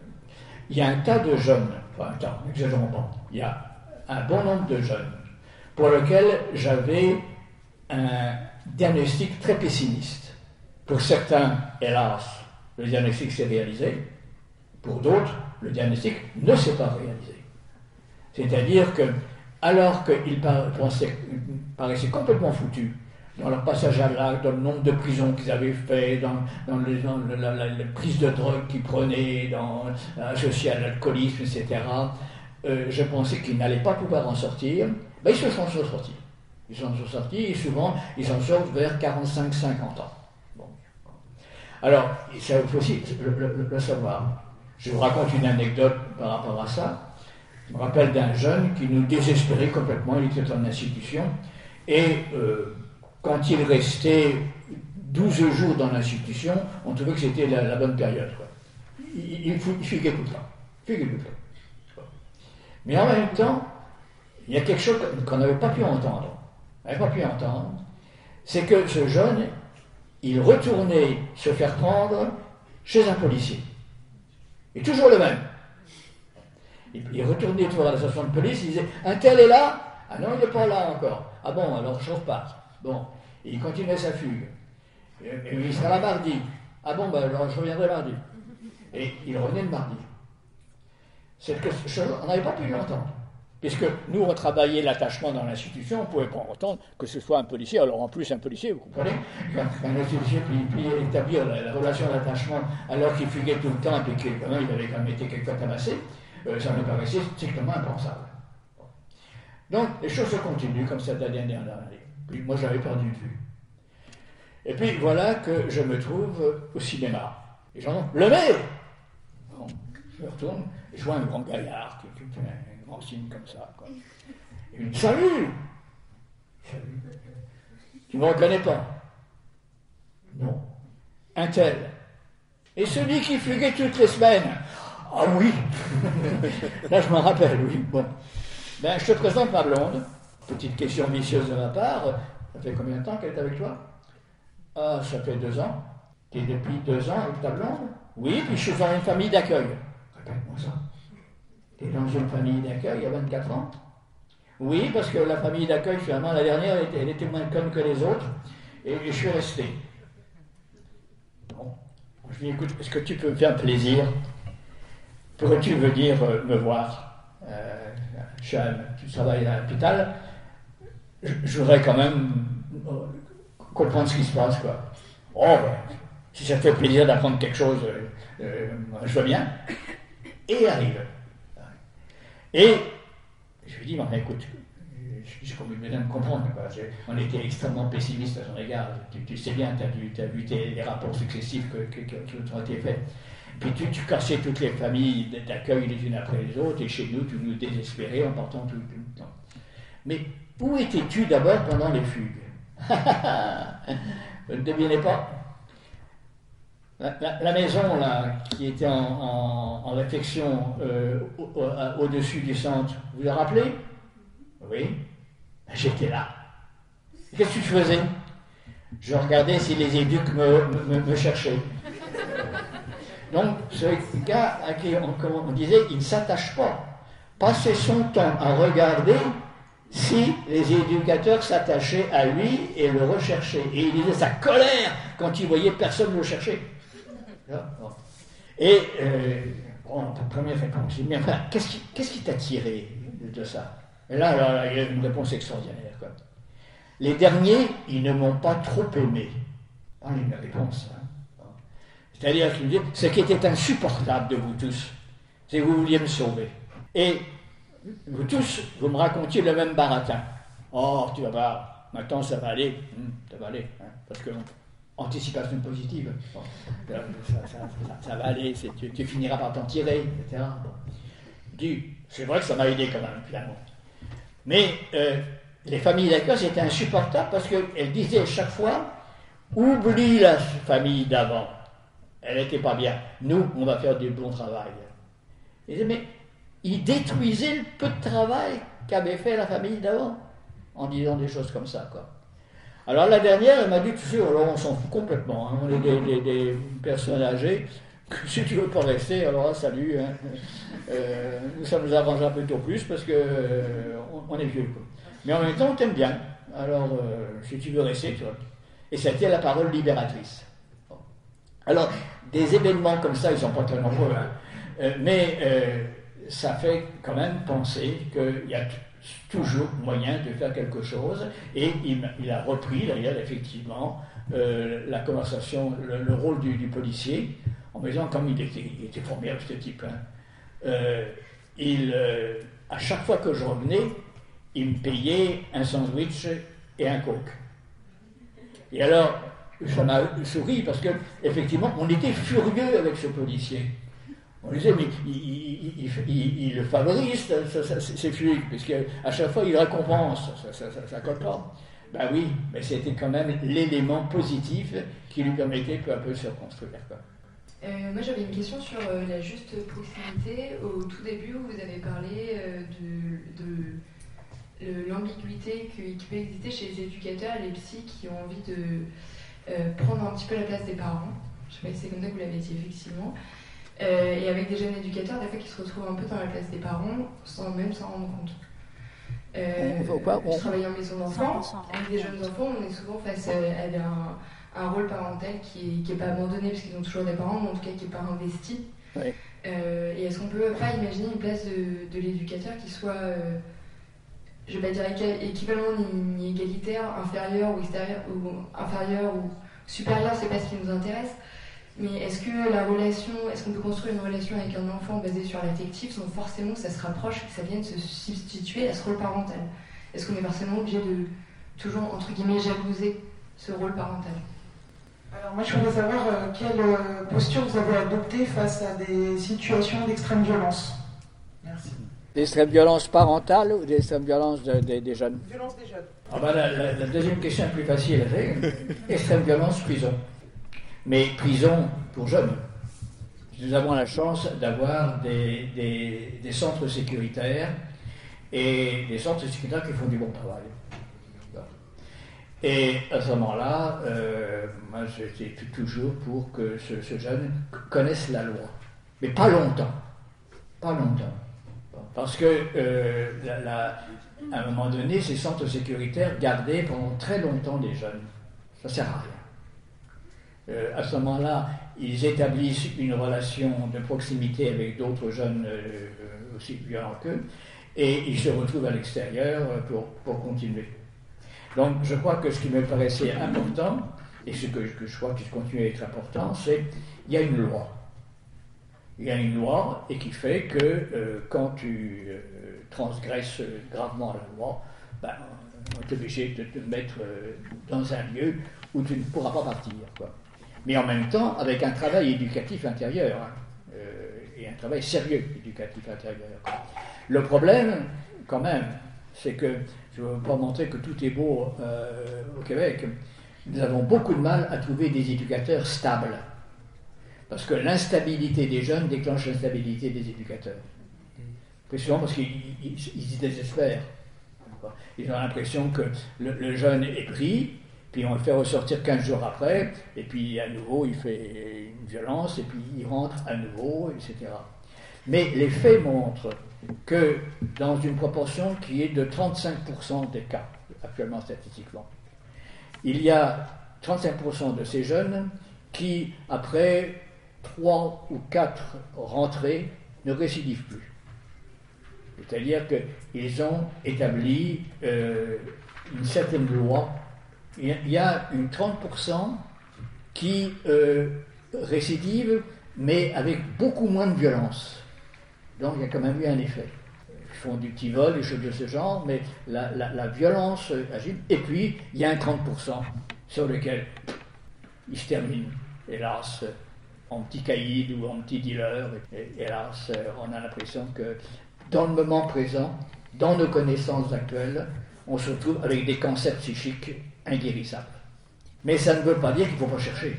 il y a un tas de jeunes, enfin un tas, n'exagérons pas, il y a un bon nombre de jeunes pour lesquels j'avais un diagnostic très pessimiste. Pour certains, hélas, le diagnostic s'est réalisé. Pour d'autres, le diagnostic ne s'est pas réalisé. C'est-à-dire que, alors qu'ils paraissaient complètement foutus dans leur passage à l'acte, dans le nombre de prisons qu'ils avaient fait, dans, dans, les, dans la, la, la prise de drogue qu'ils prenaient, dans associé à l'alcoolisme, et cetera, euh, je pensais qu'ils n'allaient pas pouvoir en sortir. Ben, ils se sont sortis. Ils s'en sont sortis et souvent, ils s'en sortent vers quarante-cinq à cinquante ans. Bon. Alors, il faut aussi le, le, le savoir. Je vous raconte une anecdote par rapport à ça. Je me rappelle d'un jeune qui nous désespérait complètement, il était en institution, et euh, quand il restait douze jours dans l'institution, on trouvait que c'était la, la bonne période. Quoi. Il, il, il fuguait tout le temps. Fuguait tout le temps. Mais en même temps, il y a quelque chose qu'on n'avait pas pu entendre. On n'avait pas pu entendre. C'est que ce jeune, il retournait se faire prendre chez un policier. Et toujours le même. Il retournait toujours à la station de police, il disait « Un tel est là ?»« Ah non, il n'est pas là encore. »« Ah bon, alors je repars. » Bon, et il continuait sa fugue. Et, et il sera là mardi. « Ah bon, ben alors je reviendrai mardi. » Et il revenait le mardi. C'est que on n'avait pas pu l'entendre. Puisque nous, on travaillait l'attachement dans l'institution, on ne pouvait pas entendre que ce soit un policier. Alors en plus, un policier, vous comprenez, quand un policier peut établir la, la relation d'attachement alors qu'il fuguait tout le temps et qu'il avait quand même été quelquefois tabassé, euh, ça me paraissait strictement impensable. Donc, les choses se continuent comme ça la dernière année. Puis moi, j'avais perdu de vue. Et puis, voilà que je me trouve au cinéma. Les gens disent « Le maire !» Bon, je me retourne, et je vois un grand gaillard qui, qui fait un grand signe comme ça. Quoi. Il me dit « Salut !» Salut. Tu ne me reconnais pas? Non. Un tel. Et celui qui fuguait toutes les semaines? Ah oui. Là, je m'en rappelle, oui. Bon. Ben, je te présente ma blonde. Petite question vicieuse de ma part. Ça fait combien de temps qu'elle est avec toi? Ah, ça fait deux ans. Tu es depuis deux ans avec ta blonde? Oui, puis je suis dans une famille d'accueil. Répète-moi ça. Tu es dans une famille d'accueil il y a vingt-quatre ans? Oui, parce que la famille d'accueil, finalement, la dernière, elle était, elle était moins conne que les autres. Et je suis resté. Bon. Je lui dis, écoute, est-ce que tu peux me faire plaisir? Pourrais-tu venir euh, me voir? euh, je suis à, Tu travailles à l'hôpital. Je, je voudrais quand même euh, comprendre ce qui se passe, quoi. Oh, ben, si ça te fait plaisir d'apprendre quelque chose, euh, euh, je veux bien. Et il arrive. Et je lui dis, bon, écoute, j'ai comme besoin de me comprendre. Quoi. On était extrêmement pessimistes à son égard. Tu, tu sais bien, tu as vu tes, les rapports successifs que, que, que, qui ont été faits. Puis tu, tu cassais toutes les familles d'accueil les unes après les autres, et chez nous, tu nous désespérais en partant tout, tout le temps. Mais où étais-tu d'abord pendant les fugues? Vous ne devinez pas? La, la, la maison là, qui était en, en, en réfection euh, au, au, au-dessus du centre, vous vous rappelez? Oui, j'étais là. Qu'est-ce que tu faisais? Je regardais si les éducs me, me, me cherchaient. Donc, ce gars à qui on, on disait, il ne s'attache pas. Passait son temps à regarder si les éducateurs s'attachaient à lui et le recherchaient. Et il disait sa colère quand il voyait personne le chercher. Et, euh, bon, première réponse, mais enfin, qu'est-ce qui, qu'est-ce qui t'a tiré de ça? Et là, là, il y a une réponse extraordinaire. Quoi. Les derniers, ils ne m'ont pas trop aimé. Ah, une réponse. Hein. C'est-à-dire qu'il me dit, ce qui était insupportable de vous tous, c'est que vous vouliez me sauver. Et vous tous, vous me racontiez le même baratin. Oh, tu vas voir, maintenant ça va aller. Hum, ça va aller, hein, parce que anticipation positive. Bon, ça, ça, ça, ça va aller, c'est, tu, tu finiras par t'en tirer, et cetera. Bon. Dis, c'est vrai que ça m'a aidé quand même, finalement. Mais euh, les familles d'accueil, c'était insupportable parce qu'elles disaient chaque fois, oublie la famille d'avant. Elle n'était pas bien. Nous, on va faire du bon travail. Ils disaient, mais ils détruisaient le peu de travail qu'avait fait la famille d'avant en disant des choses comme ça, quoi. Alors la dernière, elle m'a dit, tu sais, alors on s'en fout complètement, hein. On est des, des, des personnes âgées, que si tu veux pas rester, alors là, salut, hein. euh, ça nous arrangera plutôt plus parce que euh, on, on est vieux, quoi. Mais en même temps, on t'aime bien, alors euh, si tu veux rester, tu vois. Et c'était la parole libératrice. Bon. Alors, des événements comme ça, ils sont pas très nombreux, hein. euh, mais euh, ça fait quand même penser qu'il y a toujours moyen de faire quelque chose, et il, il a repris d'ailleurs effectivement euh, la conversation, le, le rôle du, du policier, en me disant comme il était, il était formidable ce type, hein. euh, il, euh, à chaque fois que je revenais, il me payait un sandwich et un coke. Et alors, ça m'a souri parce que effectivement, on était furieux avec ce policier. On disait, mais il, il, il, il, il le favorise, ça, ça, c'est fluide, parce qu'à chaque fois, il récompense, ça ne colle pas. Ben oui, mais c'était quand même l'élément positif qui lui permettait peu à peu de se reconstruire. Quoi. Euh, moi, j'avais une question sur euh, la juste proximité. Au tout début, vous avez parlé euh, de, de, de l'ambiguïté qui, qui peut exister chez les éducateurs et les psys qui ont envie de euh, prendre un petit peu la place des parents. Je ne sais pas si c'est comme ça que vous l'avez dit, effectivement. Euh, et avec des jeunes éducateurs, des fois, qui se retrouvent un peu dans la place des parents, sans même s'en rendre compte. Euh, je travaille en maison d'enfants, avec des jeunes enfants, on est souvent face à, à un, un rôle parental qui n'est pas abandonné, parce qu'ils ont toujours des parents, mais en tout cas qui n'est pas investi. Oui. Euh, et est-ce qu'on ne peut pas imaginer une place de, de l'éducateur qui soit, euh, je ne vais pas dire équivalent ni, ni égalitaire, inférieur ou extérieur, ou inférieur ou supérieur, c'est pas ce qui nous intéresse. Mais est-ce que la relation, est-ce qu'on peut construire une relation avec un enfant basée sur l'affectif sans forcément que ça se rapproche, que ça vienne se substituer à ce rôle parental? Est-ce qu'on est forcément obligé de toujours, entre guillemets, jalouser ce rôle parental? Alors moi je voudrais savoir euh, quelle euh, posture vous avez adoptée face à des situations d'extrême violence. Merci. D'extrême violence parentale ou d'extrême violence de, de, des jeunes? Violence des jeunes. Ah ben la, la, la deuxième question est plus facile, c'est extrême violence prison. Mais prison pour jeunes. nous avons la chance d'avoir des, des, des centres sécuritaires et des centres sécuritaires qui font du bon travail. Et à ce moment-là, euh, moi j'étais toujours pour que ce, ce jeune connaisse la loi. Mais pas longtemps. Pas longtemps. Parce que, euh, la, la, à un moment donné, ces centres sécuritaires gardaient pendant très longtemps des jeunes. Ça ne sert à rien. Euh, à ce moment-là, ils établissent une relation de proximité avec d'autres jeunes euh, aussi violents qu'eux, et ils se retrouvent à l'extérieur pour, pour continuer. Donc je crois que ce qui me paraissait important, et ce que, que je crois qui continue à être important, c'est qu'il y a une loi. Il y a une loi et qui fait que euh, quand tu euh, transgresses gravement la loi, ben, on est obligé de te mettre euh, dans un lieu où tu ne pourras pas partir, quoi. Mais en même temps, avec un travail éducatif intérieur, hein, euh, et un travail sérieux éducatif intérieur. Le problème, quand même, c'est que, je ne veux pas montrer que tout est beau euh, au Québec, nous avons beaucoup de mal à trouver des éducateurs stables. Parce que l'instabilité des jeunes déclenche l'instabilité des éducateurs. Plus souvent parce qu'ils ils, ils se désespèrent. Ils ont l'impression que le, le jeune est pris, puis on le fait ressortir quinze jours après, et puis à nouveau il fait une violence, et puis il rentre à nouveau, et cetera. Mais les faits montrent que dans une proportion qui est de trente-cinq pour cent des cas, actuellement statistiquement, il y a trente-cinq pour cent de ces jeunes qui, après trois ou quatre rentrées, ne récidivent plus. C'est-à-dire qu'ils ont établi euh, une certaine loi. Il y a une trente pour cent qui euh, récidivent, mais avec beaucoup moins de violence. Donc il y a quand même eu un effet. Ils font du petit vol, des choses de ce genre, mais la, la, la violence agit. Et puis, il y a un trente pour cent sur lequel ils se terminent, hélas, en petit caïd ou en petit dealer. Et, hélas, on a l'impression que dans le moment présent, dans nos connaissances actuelles, on se retrouve avec des cancers psychiques inguérissables. Mais ça ne veut pas dire qu'il ne faut pas chercher.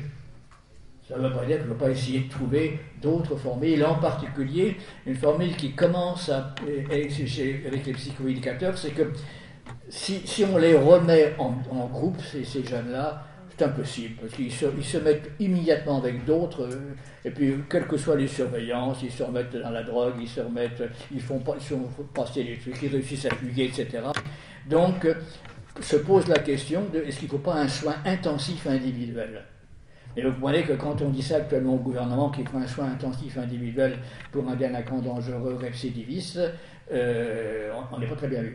Ça ne veut pas dire qu'il ne faut pas essayer de trouver d'autres formules, en particulier une formule qui commence à, avec les psychoéducateurs, c'est que si, si on les remet en, en groupe, ces, ces jeunes-là, c'est impossible, parce qu'ils se, ils se mettent immédiatement avec d'autres, et puis quelles que soient les surveillances, ils se remettent dans la drogue, ils se remettent, ils font, pas, ils font passer des trucs, ils réussissent à fuguer, et cetera. Donc, se pose la question de est-ce qu'il ne faut pas un soin intensif individuel ? Et vous voyez que quand on dit ça actuellement au gouvernement qu'il faut un soin intensif individuel pour un délinquant dangereux récidiviste, euh, on n'est pas très bien vu.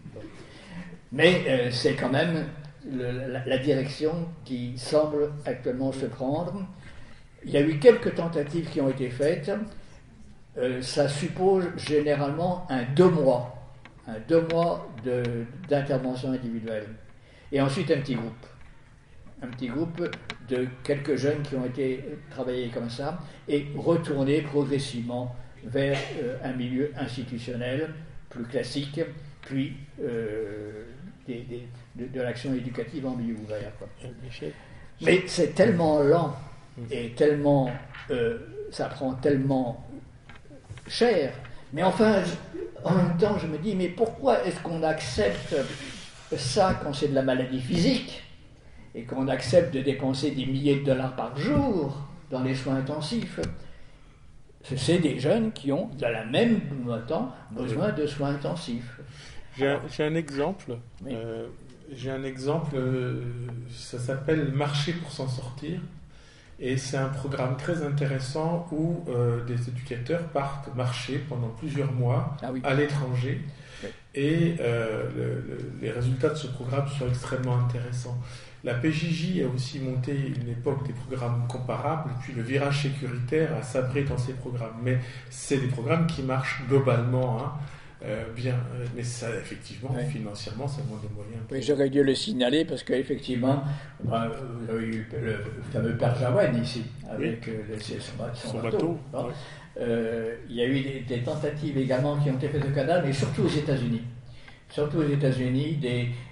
Mais euh, c'est quand même le, la, la direction qui semble actuellement se prendre. Il y a eu quelques tentatives qui ont été faites. Euh, ça suppose généralement un deux mois, un deux mois de, d'intervention individuelle. Et ensuite un petit groupe. Un petit groupe de quelques jeunes qui ont été travaillés comme ça et retournés progressivement vers euh, un milieu institutionnel plus classique, puis euh, des, des, de, de l'action éducative en milieu ouvert, quoi. Mais c'est tellement lent et tellement euh, ça prend tellement cher. Mais enfin, je, en même temps, je me dis, mais pourquoi est-ce qu'on accepte ça quand c'est de la maladie physique et qu'on accepte de dépenser des milliers de dollars par jour dans les soins intensifs? C'est des jeunes qui ont, dans la même temps, besoin de soins intensifs. J'ai un, j'ai un exemple. Oui. Euh, j'ai un exemple, euh, ça s'appelle Marcher pour s'en sortir. Et c'est un programme très intéressant où euh, des éducateurs partent marcher pendant plusieurs mois ah oui. à l'étranger. Oui. Et euh, le, le, les résultats de ce programme sont extrêmement intéressants. La P J J a aussi monté une époque des programmes comparables, puis le virage sécuritaire a sabré dans ces programmes. Mais c'est des programmes qui marchent globalement hein, euh, bien. Mais ça, effectivement, oui. financièrement, ça demande des moyens. Oui, j'aurais dû le signaler parce qu'effectivement, ben, vous avez eu le fameux Père Jaouane ici, avec oui. le, son, son, son bateau. bateau bon. oui. euh, il y a eu des, des tentatives également qui ont été faites au Canada, mais surtout aux États-Unis. Surtout aux États-Unis, des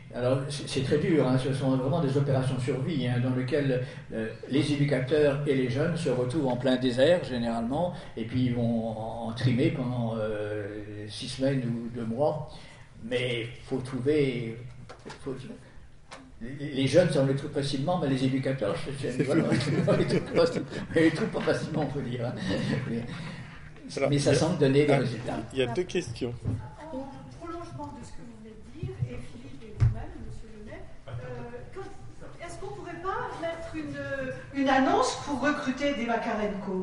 Alors c'est très dur, hein, ce sont vraiment des opérations survie hein, dans lesquelles euh, les éducateurs et les jeunes se retrouvent en plein désert généralement, et puis ils vont en, en trimer pendant euh, six semaines ou deux mois. Mais il faut trouver... Faut, les jeunes, ça on les trouve facilement, mais les éducateurs, c'est, c'est, voilà, on les trouve pas, on les trouve pas facilement, on peut dire. Hein. Mais, Alors, mais ça semble donner des résultats. Il y a deux questions. En prolongement de ce que vous venez de dire, et Philippe et vous-même, monsieur Lemay, euh, est-ce qu'on ne pourrait pas mettre une, une annonce pour recruter des Makarenko?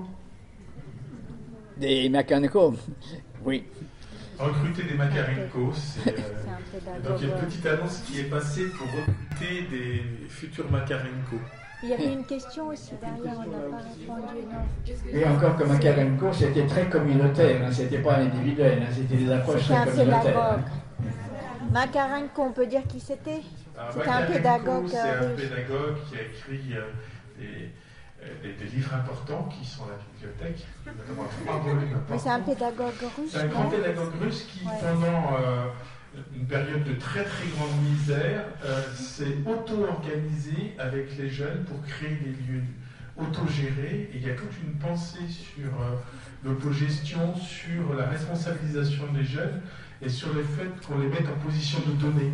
Des Makarenko, oui. Recruter des Makarenko, c'est, euh, donc il y a une petite annonce qui est passée pour recruter des futurs Makarenko. Il y avait une question aussi derrière, on n'a pas répondu, non. Et encore que Makarenko, c'était très communautaire, hein, c'était pas individuel, hein, c'était des approches c'était très un communautaires. Pédagogue. Makarenko, on peut dire qui c'était? Ah, C'était un pédagogue. C'est un russe. pédagogue qui a écrit euh, des, Des, des livres importants qui sont à la bibliothèque, notamment trois volumes importants. Mais c'est un pédagogue russe. C'est un grand pédagogue russe qui, ouais. pendant euh, une période de très très grande misère, euh, s'est auto-organisé avec les jeunes pour créer des lieux autogérés. Et il y a toute une pensée sur euh, l'autogestion, sur la responsabilisation des jeunes et sur le fait qu'on les mette en position de donner.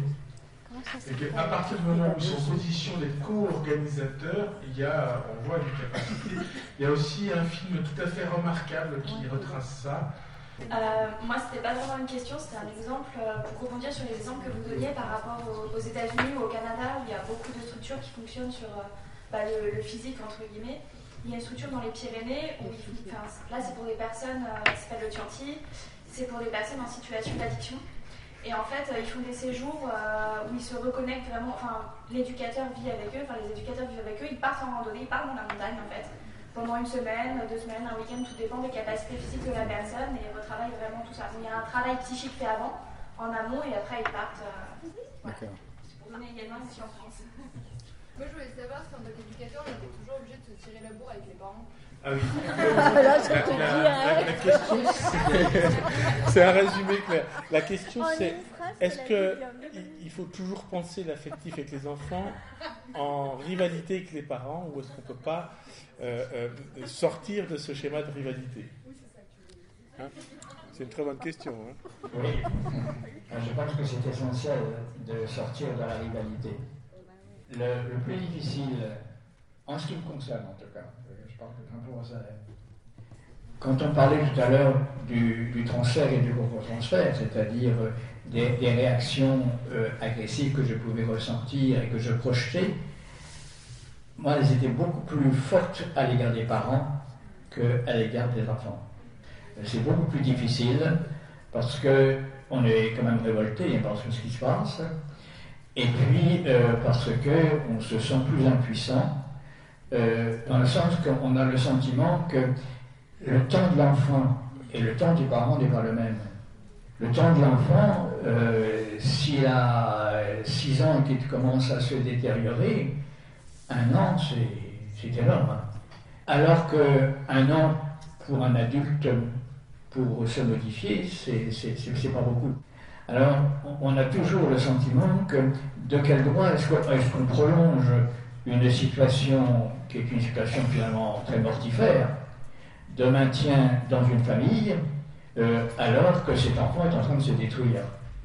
Et qu'à partir du moment où ils sont en position d'être co-organisateurs, il y a, on voit une capacité. Il y a aussi un film tout à fait remarquable qui retrace ça. Euh, moi, c'était pas vraiment une question, c'était un exemple euh, pour rebondir sur les exemples que vous donniez par rapport aux, aux États-Unis ou au Canada, où il y a beaucoup de structures qui fonctionnent sur euh, bah, le, le physique, entre guillemets. Il y a une structure dans les Pyrénées où il, enfin, là, c'est pour des personnes euh, qui s'appellent le Tianti, c'est pour des personnes en situation d'addiction. Et en fait, ils font des séjours euh, où ils se reconnectent vraiment, enfin, l'éducateur vit avec eux, enfin, les éducateurs vivent avec eux, ils partent en randonnée, ils partent dans la montagne, en fait, pendant une semaine, deux semaines, un week-end, tout dépend des capacités physiques de la personne, et ils retravaillent vraiment tout ça. Il y a un travail psychique fait avant, en amont, et après, ils partent. Euh, D'accord. C'est pour donner également une en France. Moi, je voulais savoir si en tant qu'éducateur, on était toujours obligé de se tirer la bourre avec les parents. Ah oui. Là, je te la, dis, la, hein. la, la question, c'est, c'est un résumé clair. La question, c'est est-ce que il faut toujours penser l'affectif avec les enfants en rivalité avec les parents, ou est-ce qu'on ne peut pas euh, euh, sortir de ce schéma de rivalité? Hein? C'est une très bonne question. Hein? Oui. Je pense que c'est essentiel de sortir de la rivalité. Le, le plus difficile, en ce qui me concerne en tout cas, je parle de pour ça. Quand on parlait tout à l'heure du, du transfert et du contre-transfert, c'est-à-dire des, des réactions euh, agressives que je pouvais ressentir et que je projetais, moi, elles étaient beaucoup plus fortes à l'égard des parents qu'à l'égard des enfants. C'est beaucoup plus difficile parce qu'on est quand même révolté par ce qui se passe, et puis euh, parce qu'on se sent plus impuissant, euh, dans le sens qu'on a le sentiment que le temps de l'enfant et le temps du parent n'est pas le même. Le temps de l'enfant, euh, s'il a six ans et qu'il commence à se détériorer, un an, c'est, c'est énorme. Hein. Alors qu'un an, pour un adulte, pour se modifier, c'est, c'est, c'est, c'est pas beaucoup. Alors, on a toujours le sentiment que, de quel droit est-ce, que, est-ce qu'on prolonge une situation qui est une situation finalement très mortifère, de maintien dans une famille, euh, alors que cet enfant est en train de se détruire.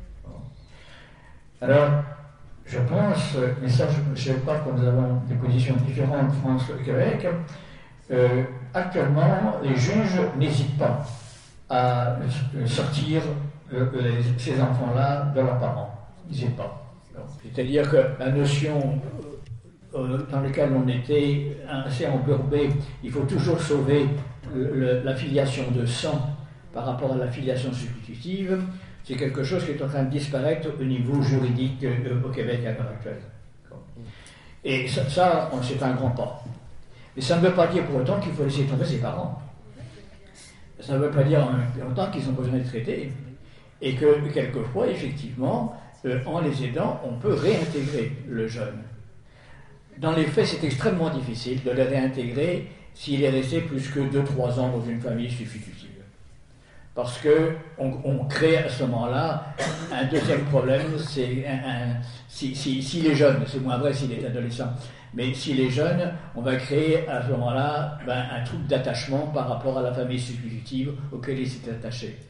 Alors, je pense, mais ça je ne sais pas que nous avons des positions différentes, France et Québec, euh, actuellement, les juges n'hésitent pas à sortir euh, les, ces enfants-là de leurs parents. Ils n'hésitent pas. C'est-à-dire que la notion euh, dans laquelle on était assez embourbé, il faut toujours sauver le, le, la filiation de sang par rapport à la filiation substitutive, c'est quelque chose qui est en train de disparaître au niveau juridique euh, au Québec à l'heure actuelle. Et ça, ça on, c'est un grand pas. Mais ça ne veut pas dire pour autant qu'il faut laisser tomber ses parents. Ça ne veut pas dire en même temps qu'ils ont besoin d'être traités. Et que quelquefois, effectivement, euh, en les aidant, on peut réintégrer le jeune. Dans les faits, c'est extrêmement difficile de le réintégrer s'il est resté plus que deux trois ans dans une famille substitutive. Parce qu'on on crée à ce moment-là un deuxième problème, c'est un, un, si, si, s'il est jeune, c'est moins vrai s'il est adolescent, mais s'il est jeune, on va créer à ce moment-là ben, un trouble d'attachement par rapport à la famille substitutive auquel il s'est attaché.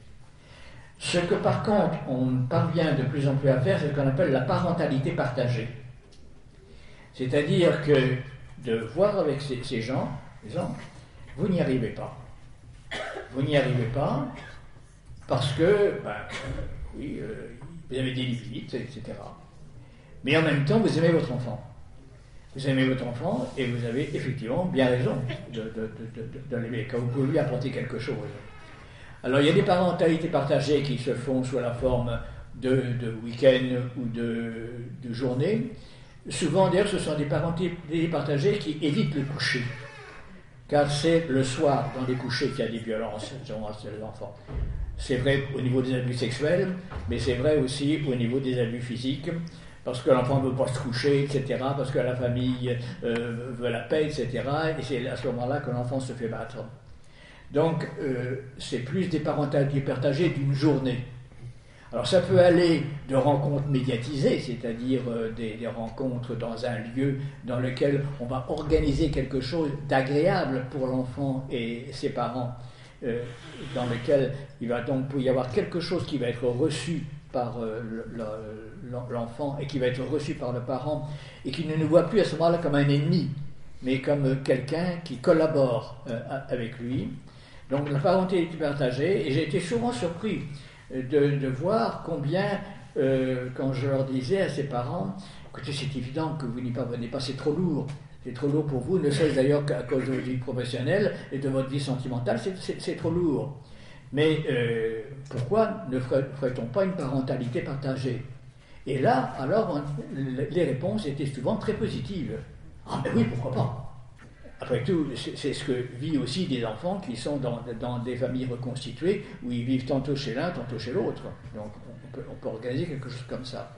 Ce que par contre on parvient de plus en plus à faire, c'est ce qu'on appelle la parentalité partagée. C'est-à-dire que de voir avec ces, ces gens, disons, vous n'y arrivez pas. Vous n'y arrivez pas parce que, ben, oui, euh, vous avez des limites, et cetera. Mais en même temps, vous aimez votre enfant. Vous aimez votre enfant et vous avez effectivement bien raison de, de, de, de, de l'aimer, quand vous pouvez lui apporter quelque chose. Alors, il y a des parentalités partagées qui se font sous la forme de, de week-end ou de, de journée. Souvent, d'ailleurs, ce sont des parentalités partagées qui évitent le coucher. Car c'est le soir, dans les couchers, qu'il y a des violences sur les enfants. C'est vrai au niveau des abus sexuels, mais c'est vrai aussi au niveau des abus physiques, parce que l'enfant ne veut pas se coucher, et cetera, parce que la famille euh, veut la paix, et cetera, et c'est à ce moment-là que l'enfant se fait battre. Donc, euh, c'est plus des parentalités partagées d'une journée. Alors, ça peut aller de rencontres médiatisées, c'est-à-dire euh, des, des rencontres dans un lieu dans lequel on va organiser quelque chose d'agréable pour l'enfant et ses parents, euh, dans lequel il va donc y avoir quelque chose qui va être reçu par euh, l'enfant et qui va être reçu par le parent et qui ne nous voit plus à ce moment-là comme un ennemi, mais comme quelqu'un qui collabore euh, avec lui. Donc, la parentalité partagée, et j'ai été souvent surpris De, de voir combien, euh, quand je leur disais à ses parents, écoutez, c'est évident que vous n'y parvenez pas, c'est trop lourd, c'est trop lourd pour vous, ne serait-ce d'ailleurs qu'à cause de votre vie professionnelle et de votre vie sentimentale, c'est, c'est, c'est trop lourd. Mais euh, pourquoi ne ferait-on pas une parentalité partagée? Et là, alors, on, les réponses étaient souvent très positives. Ah, mais oui, pourquoi pas? Après tout, c'est ce que vivent aussi des enfants qui sont dans, dans des familles reconstituées où ils vivent tantôt chez l'un, tantôt chez l'autre. Donc on peut, on peut organiser quelque chose comme ça.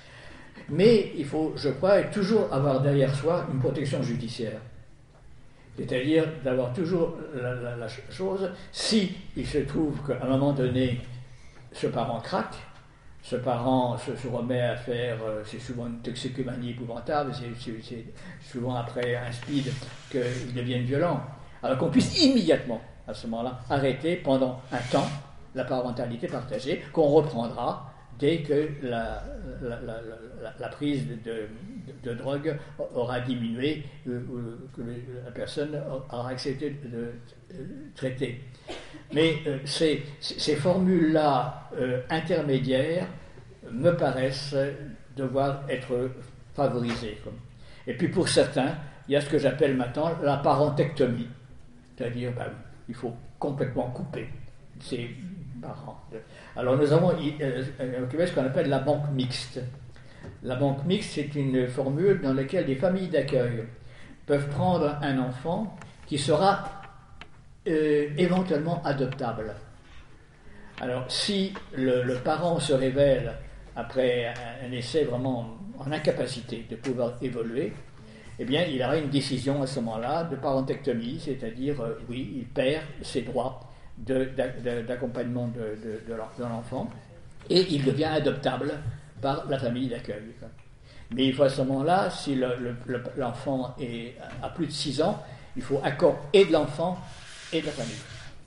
Mais il faut, je crois, toujours avoir derrière soi une protection judiciaire. C'est-à-dire d'avoir toujours la, la, la chose, si il se trouve qu'à un moment donné, ce parent craque, ce parent se, se remet à faire, euh, c'est souvent une toxicomanie épouvantable, c'est, c'est, c'est souvent après un speed qu'ils deviennent violents. Alors qu'on puisse immédiatement, à ce moment-là, arrêter pendant un temps la parentalité partagée, qu'on reprendra dès que la, la, la, la, la prise de, de, de drogue aura diminué, euh, que la personne aura accepté de, de, de traiter. Mais euh, ces, ces formules-là euh, intermédiaires me paraissent devoir être favorisées. Et puis pour certains, il y a ce que j'appelle maintenant la parentectomie. C'est-à-dire, ben, il faut complètement couper ses parents. Alors nous avons euh, ce qu'on appelle la banque mixte. La banque mixte, c'est une formule dans laquelle des familles d'accueil peuvent prendre un enfant qui sera Euh, éventuellement adoptable. Alors, si le, le parent se révèle, après un, un essai vraiment en incapacité de pouvoir évoluer, eh bien, il aura une décision à ce moment-là de parentectomie, c'est-à-dire, euh, oui, il perd ses droits de, de, d'accompagnement de, de, de l'enfant, et il devient adoptable par la famille d'accueil. Mais il faut à ce moment-là, si le, le, l'enfant est à plus de six ans, il faut accord et de l'enfant et de la famille.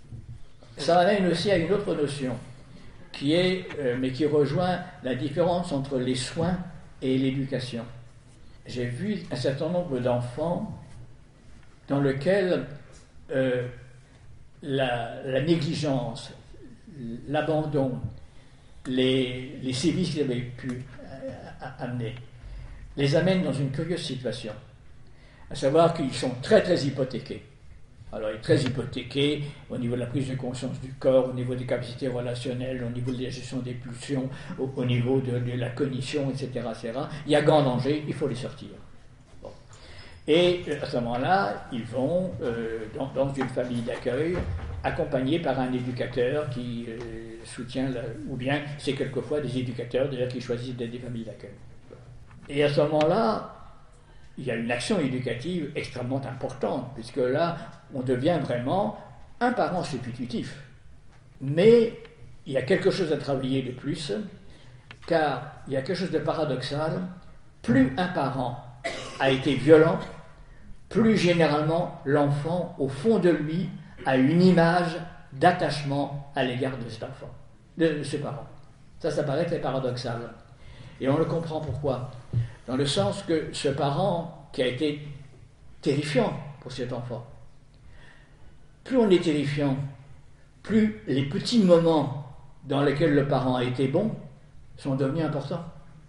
Ça amène aussi à une autre notion, qui est, euh, mais qui rejoint la différence entre les soins et l'éducation. J'ai vu un certain nombre d'enfants dans lesquels euh, la, la négligence, l'abandon, les, les sévices qu'ils avaient pu euh, amener, les amènent dans une curieuse situation, à savoir qu'ils sont très très hypothéqués. Alors, il est très hypothéqué au niveau de la prise de conscience du corps, au niveau des capacités relationnelles, au niveau de la gestion des pulsions, au, au niveau de, de la cognition, et cetera, et cetera. Il y a grand danger, il faut les sortir. Bon. Et à ce moment-là, ils vont euh, dans, dans une famille d'accueil, accompagnés par un éducateur qui euh, soutient, la, ou bien c'est quelquefois des éducateurs déjà qui choisissent d'être des familles d'accueil. Et à ce moment-là, il y a une action éducative extrêmement importante, puisque là, on devient vraiment un parent substitutif. mais il y a quelque chose à travailler de plus, car il y a quelque chose de paradoxal. Plus un parent a été violent, plus généralement l'enfant, au fond de lui, a une image d'attachement à l'égard de cet enfant, de ses parents. Ça, ça paraît très paradoxal. Et on le comprend pourquoi. Dans le sens que ce parent qui a été terrifiant pour cet enfant, plus on est terrifiant, plus les petits moments dans lesquels le parent a été bon sont devenus importants.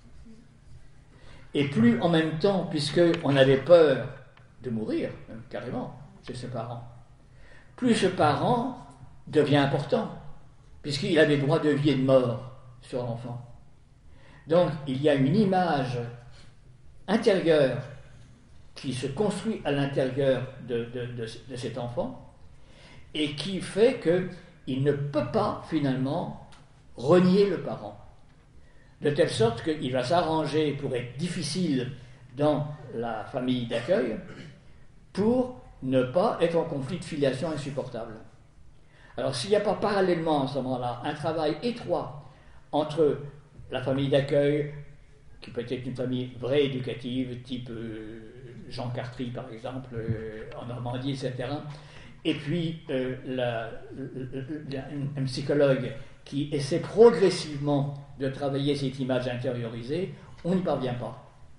Et plus en même temps, puisqu'on avait peur de mourir, même carrément, chez ce parent, plus ce parent devient important, puisqu'il avait droit de vie et de mort sur l'enfant. Donc il y a une image intérieure qui se construit à l'intérieur de, de, de, de cet enfant et qui fait qu'il ne peut pas finalement renier le parent. De telle sorte qu'il va s'arranger pour être difficile dans la famille d'accueil pour ne pas être en conflit de filiation insupportable. Alors s'il n'y a pas parallèlement à ce moment-là un travail étroit entre la famille d'accueil, qui peut être une famille vraie éducative, type euh, Jean Cartry par exemple, euh, en Normandie, et cetera, et puis euh, la, la, la, un psychologue qui essaie progressivement de travailler cette image intériorisée, on n'y parvient pas.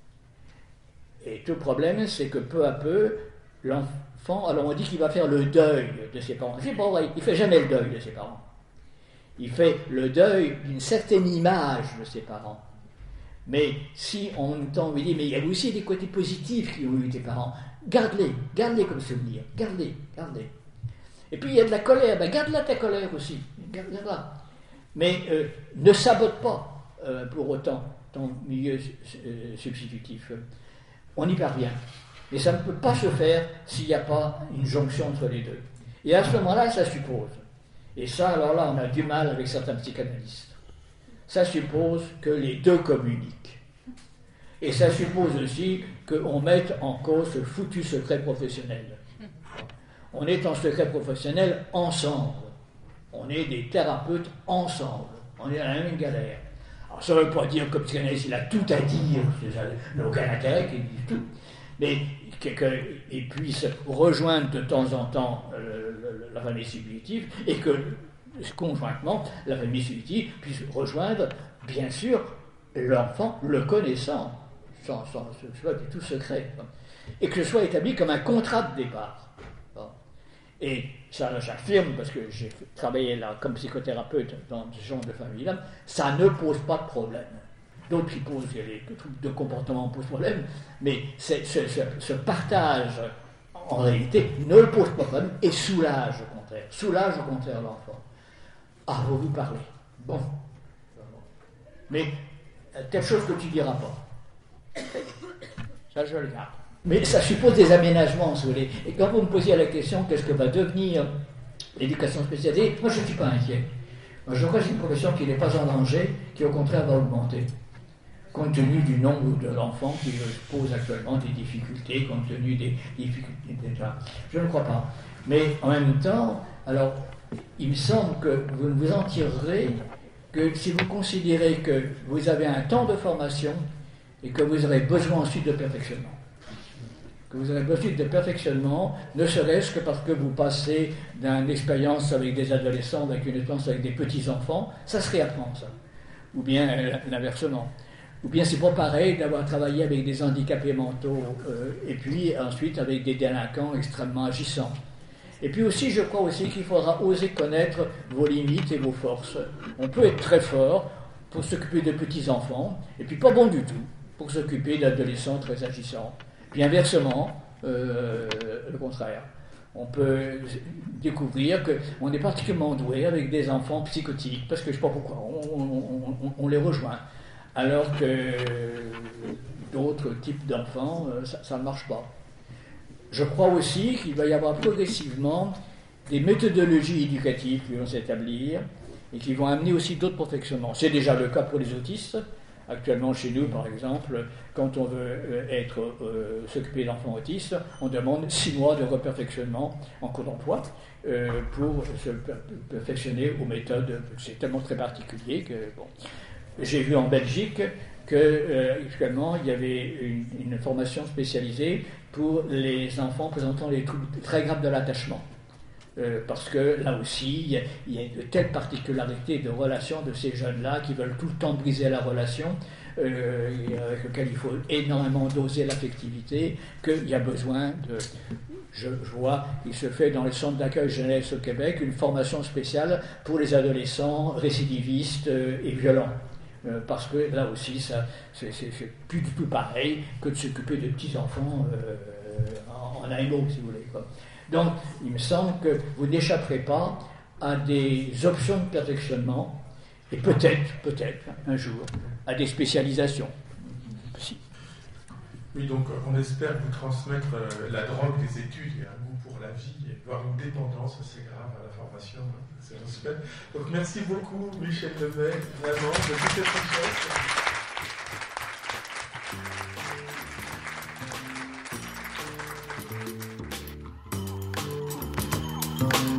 Et tout le problème, c'est que peu à peu, l'enfant, alors on dit qu'il va faire le deuil de ses parents. C'est pas vrai, il ne fait jamais le deuil de ses parents. Il fait le deuil d'une certaine image de ses parents. Mais si en même temps on lui dit, mais il y a aussi des côtés positifs qui ont eu tes parents, garde-les, garde-les comme souvenir, garde-les, garde-les. Et puis il y a de la colère, ben garde-la ta colère aussi, garde-la. Mais euh, ne sabote pas euh, pour autant ton milieu euh, substitutif. On y parvient. Mais ça ne peut pas se faire s'il n'y a pas une jonction entre les deux. Et à ce moment-là, ça suppose, et ça, alors là, on a du mal avec certains psychanalystes, ça suppose que les deux communiquent. Et ça suppose aussi qu'on mette en cause ce foutu secret professionnel. On est en secret professionnel ensemble. On est des thérapeutes ensemble. On est dans la même galère. Alors ça ne veut pas dire que le psychanalyste il a tout à dire, il n'a aucun intérêt qu'il dise tout, mais qu'il puisse rejoindre de temps en temps euh, la famille subjective et que conjointement la famille subjective puisse rejoindre, bien sûr, l'enfant le connaissant, sans, sans ce soit du tout secret, et que ce soit établi comme un contrat de départ. Bon. Et ça, j'affirme, parce que j'ai travaillé là comme psychothérapeute dans ce genre de famille-là, ça ne pose pas de problème. D'autres qui posent, les trucs de comportement posent problème, mais ce, ce, ce partage, en réalité, ne le pose pas de problème et soulage au contraire. Soulage au contraire l'enfant. Ah, vous vous parlez. Bon. Mais telle chose que tu ne diras pas. Ça, je le garde. Mais ça suppose des aménagements, si vous voulez. Et quand vous me posiez la question, qu'est-ce que va devenir l'éducation spécialisée, moi je ne suis pas inquiet. Moi, je crois que c'est une profession qui n'est pas en danger, qui au contraire va augmenter, compte tenu du nombre d'enfants qui posent actuellement des difficultés, compte tenu des difficultés déjà. Je ne crois pas. Mais en même temps, alors, il me semble que vous ne vous en tirerez que si vous considérez que vous avez un temps de formation et que vous aurez besoin ensuite de perfectionnement. Que vous aurez besoin de perfectionnement, ne serait-ce que parce que vous passez d'une expérience avec des adolescents, avec une expérience avec des petits-enfants, ça se réapprend ça. Ou bien l'inversement. Ou bien c'est pas pareil d'avoir travaillé avec des handicapés mentaux euh, et puis ensuite avec des délinquants extrêmement agissants. Et puis aussi, je crois aussi qu'il faudra oser connaître vos limites et vos forces. On peut être très fort pour s'occuper de petits-enfants, et puis pas bon du tout pour s'occuper d'adolescents très agissants. Puis inversement, euh, le contraire. On peut découvrir qu'on est particulièrement doué avec des enfants psychotiques, parce que je ne sais pas pourquoi, on, on, on, on les rejoint. Alors que d'autres types d'enfants, ça, ça ne marche pas. Je crois aussi qu'il va y avoir progressivement des méthodologies éducatives qui vont s'établir et qui vont amener aussi d'autres perfectionnements. C'est déjà le cas pour les autistes, Actuellement, chez nous, par exemple, quand on veut être euh, s'occuper d'enfants autistes, on demande six mois de reperfectionnement en cours d'emploi euh, pour se perfectionner aux méthodes. C'est tellement très particulier que, bon. J'ai vu en Belgique que euh, actuellement, il y avait une, une formation spécialisée pour les enfants présentant les troubles très graves de l'attachement. Euh, parce que là aussi, il y, a, il y a de telles particularités de relations de ces jeunes-là qui veulent tout le temps briser la relation, euh, avec lequel il faut énormément doser l'affectivité, qu'il y a besoin de... Je, je vois, il se fait dans les centres d'accueil jeunesse au Québec une formation spéciale pour les adolescents récidivistes euh, et violents. Euh, parce que là aussi, ça, c'est, c'est, c'est plus du tout pareil que de s'occuper de petits-enfants euh, en, en A M O, si vous voulez, quoi. Donc, il me semble que vous n'échapperez pas à des options de perfectionnement et peut-être, peut-être, un jour, à des spécialisations. Si. Oui, donc on espère vous transmettre euh, la drogue des études et un goût pour la vie, et voire une dépendance assez grave à la formation. Hein, c'est j'espère. Donc merci beaucoup, Michel Lemay, vraiment, de toute cette richesse.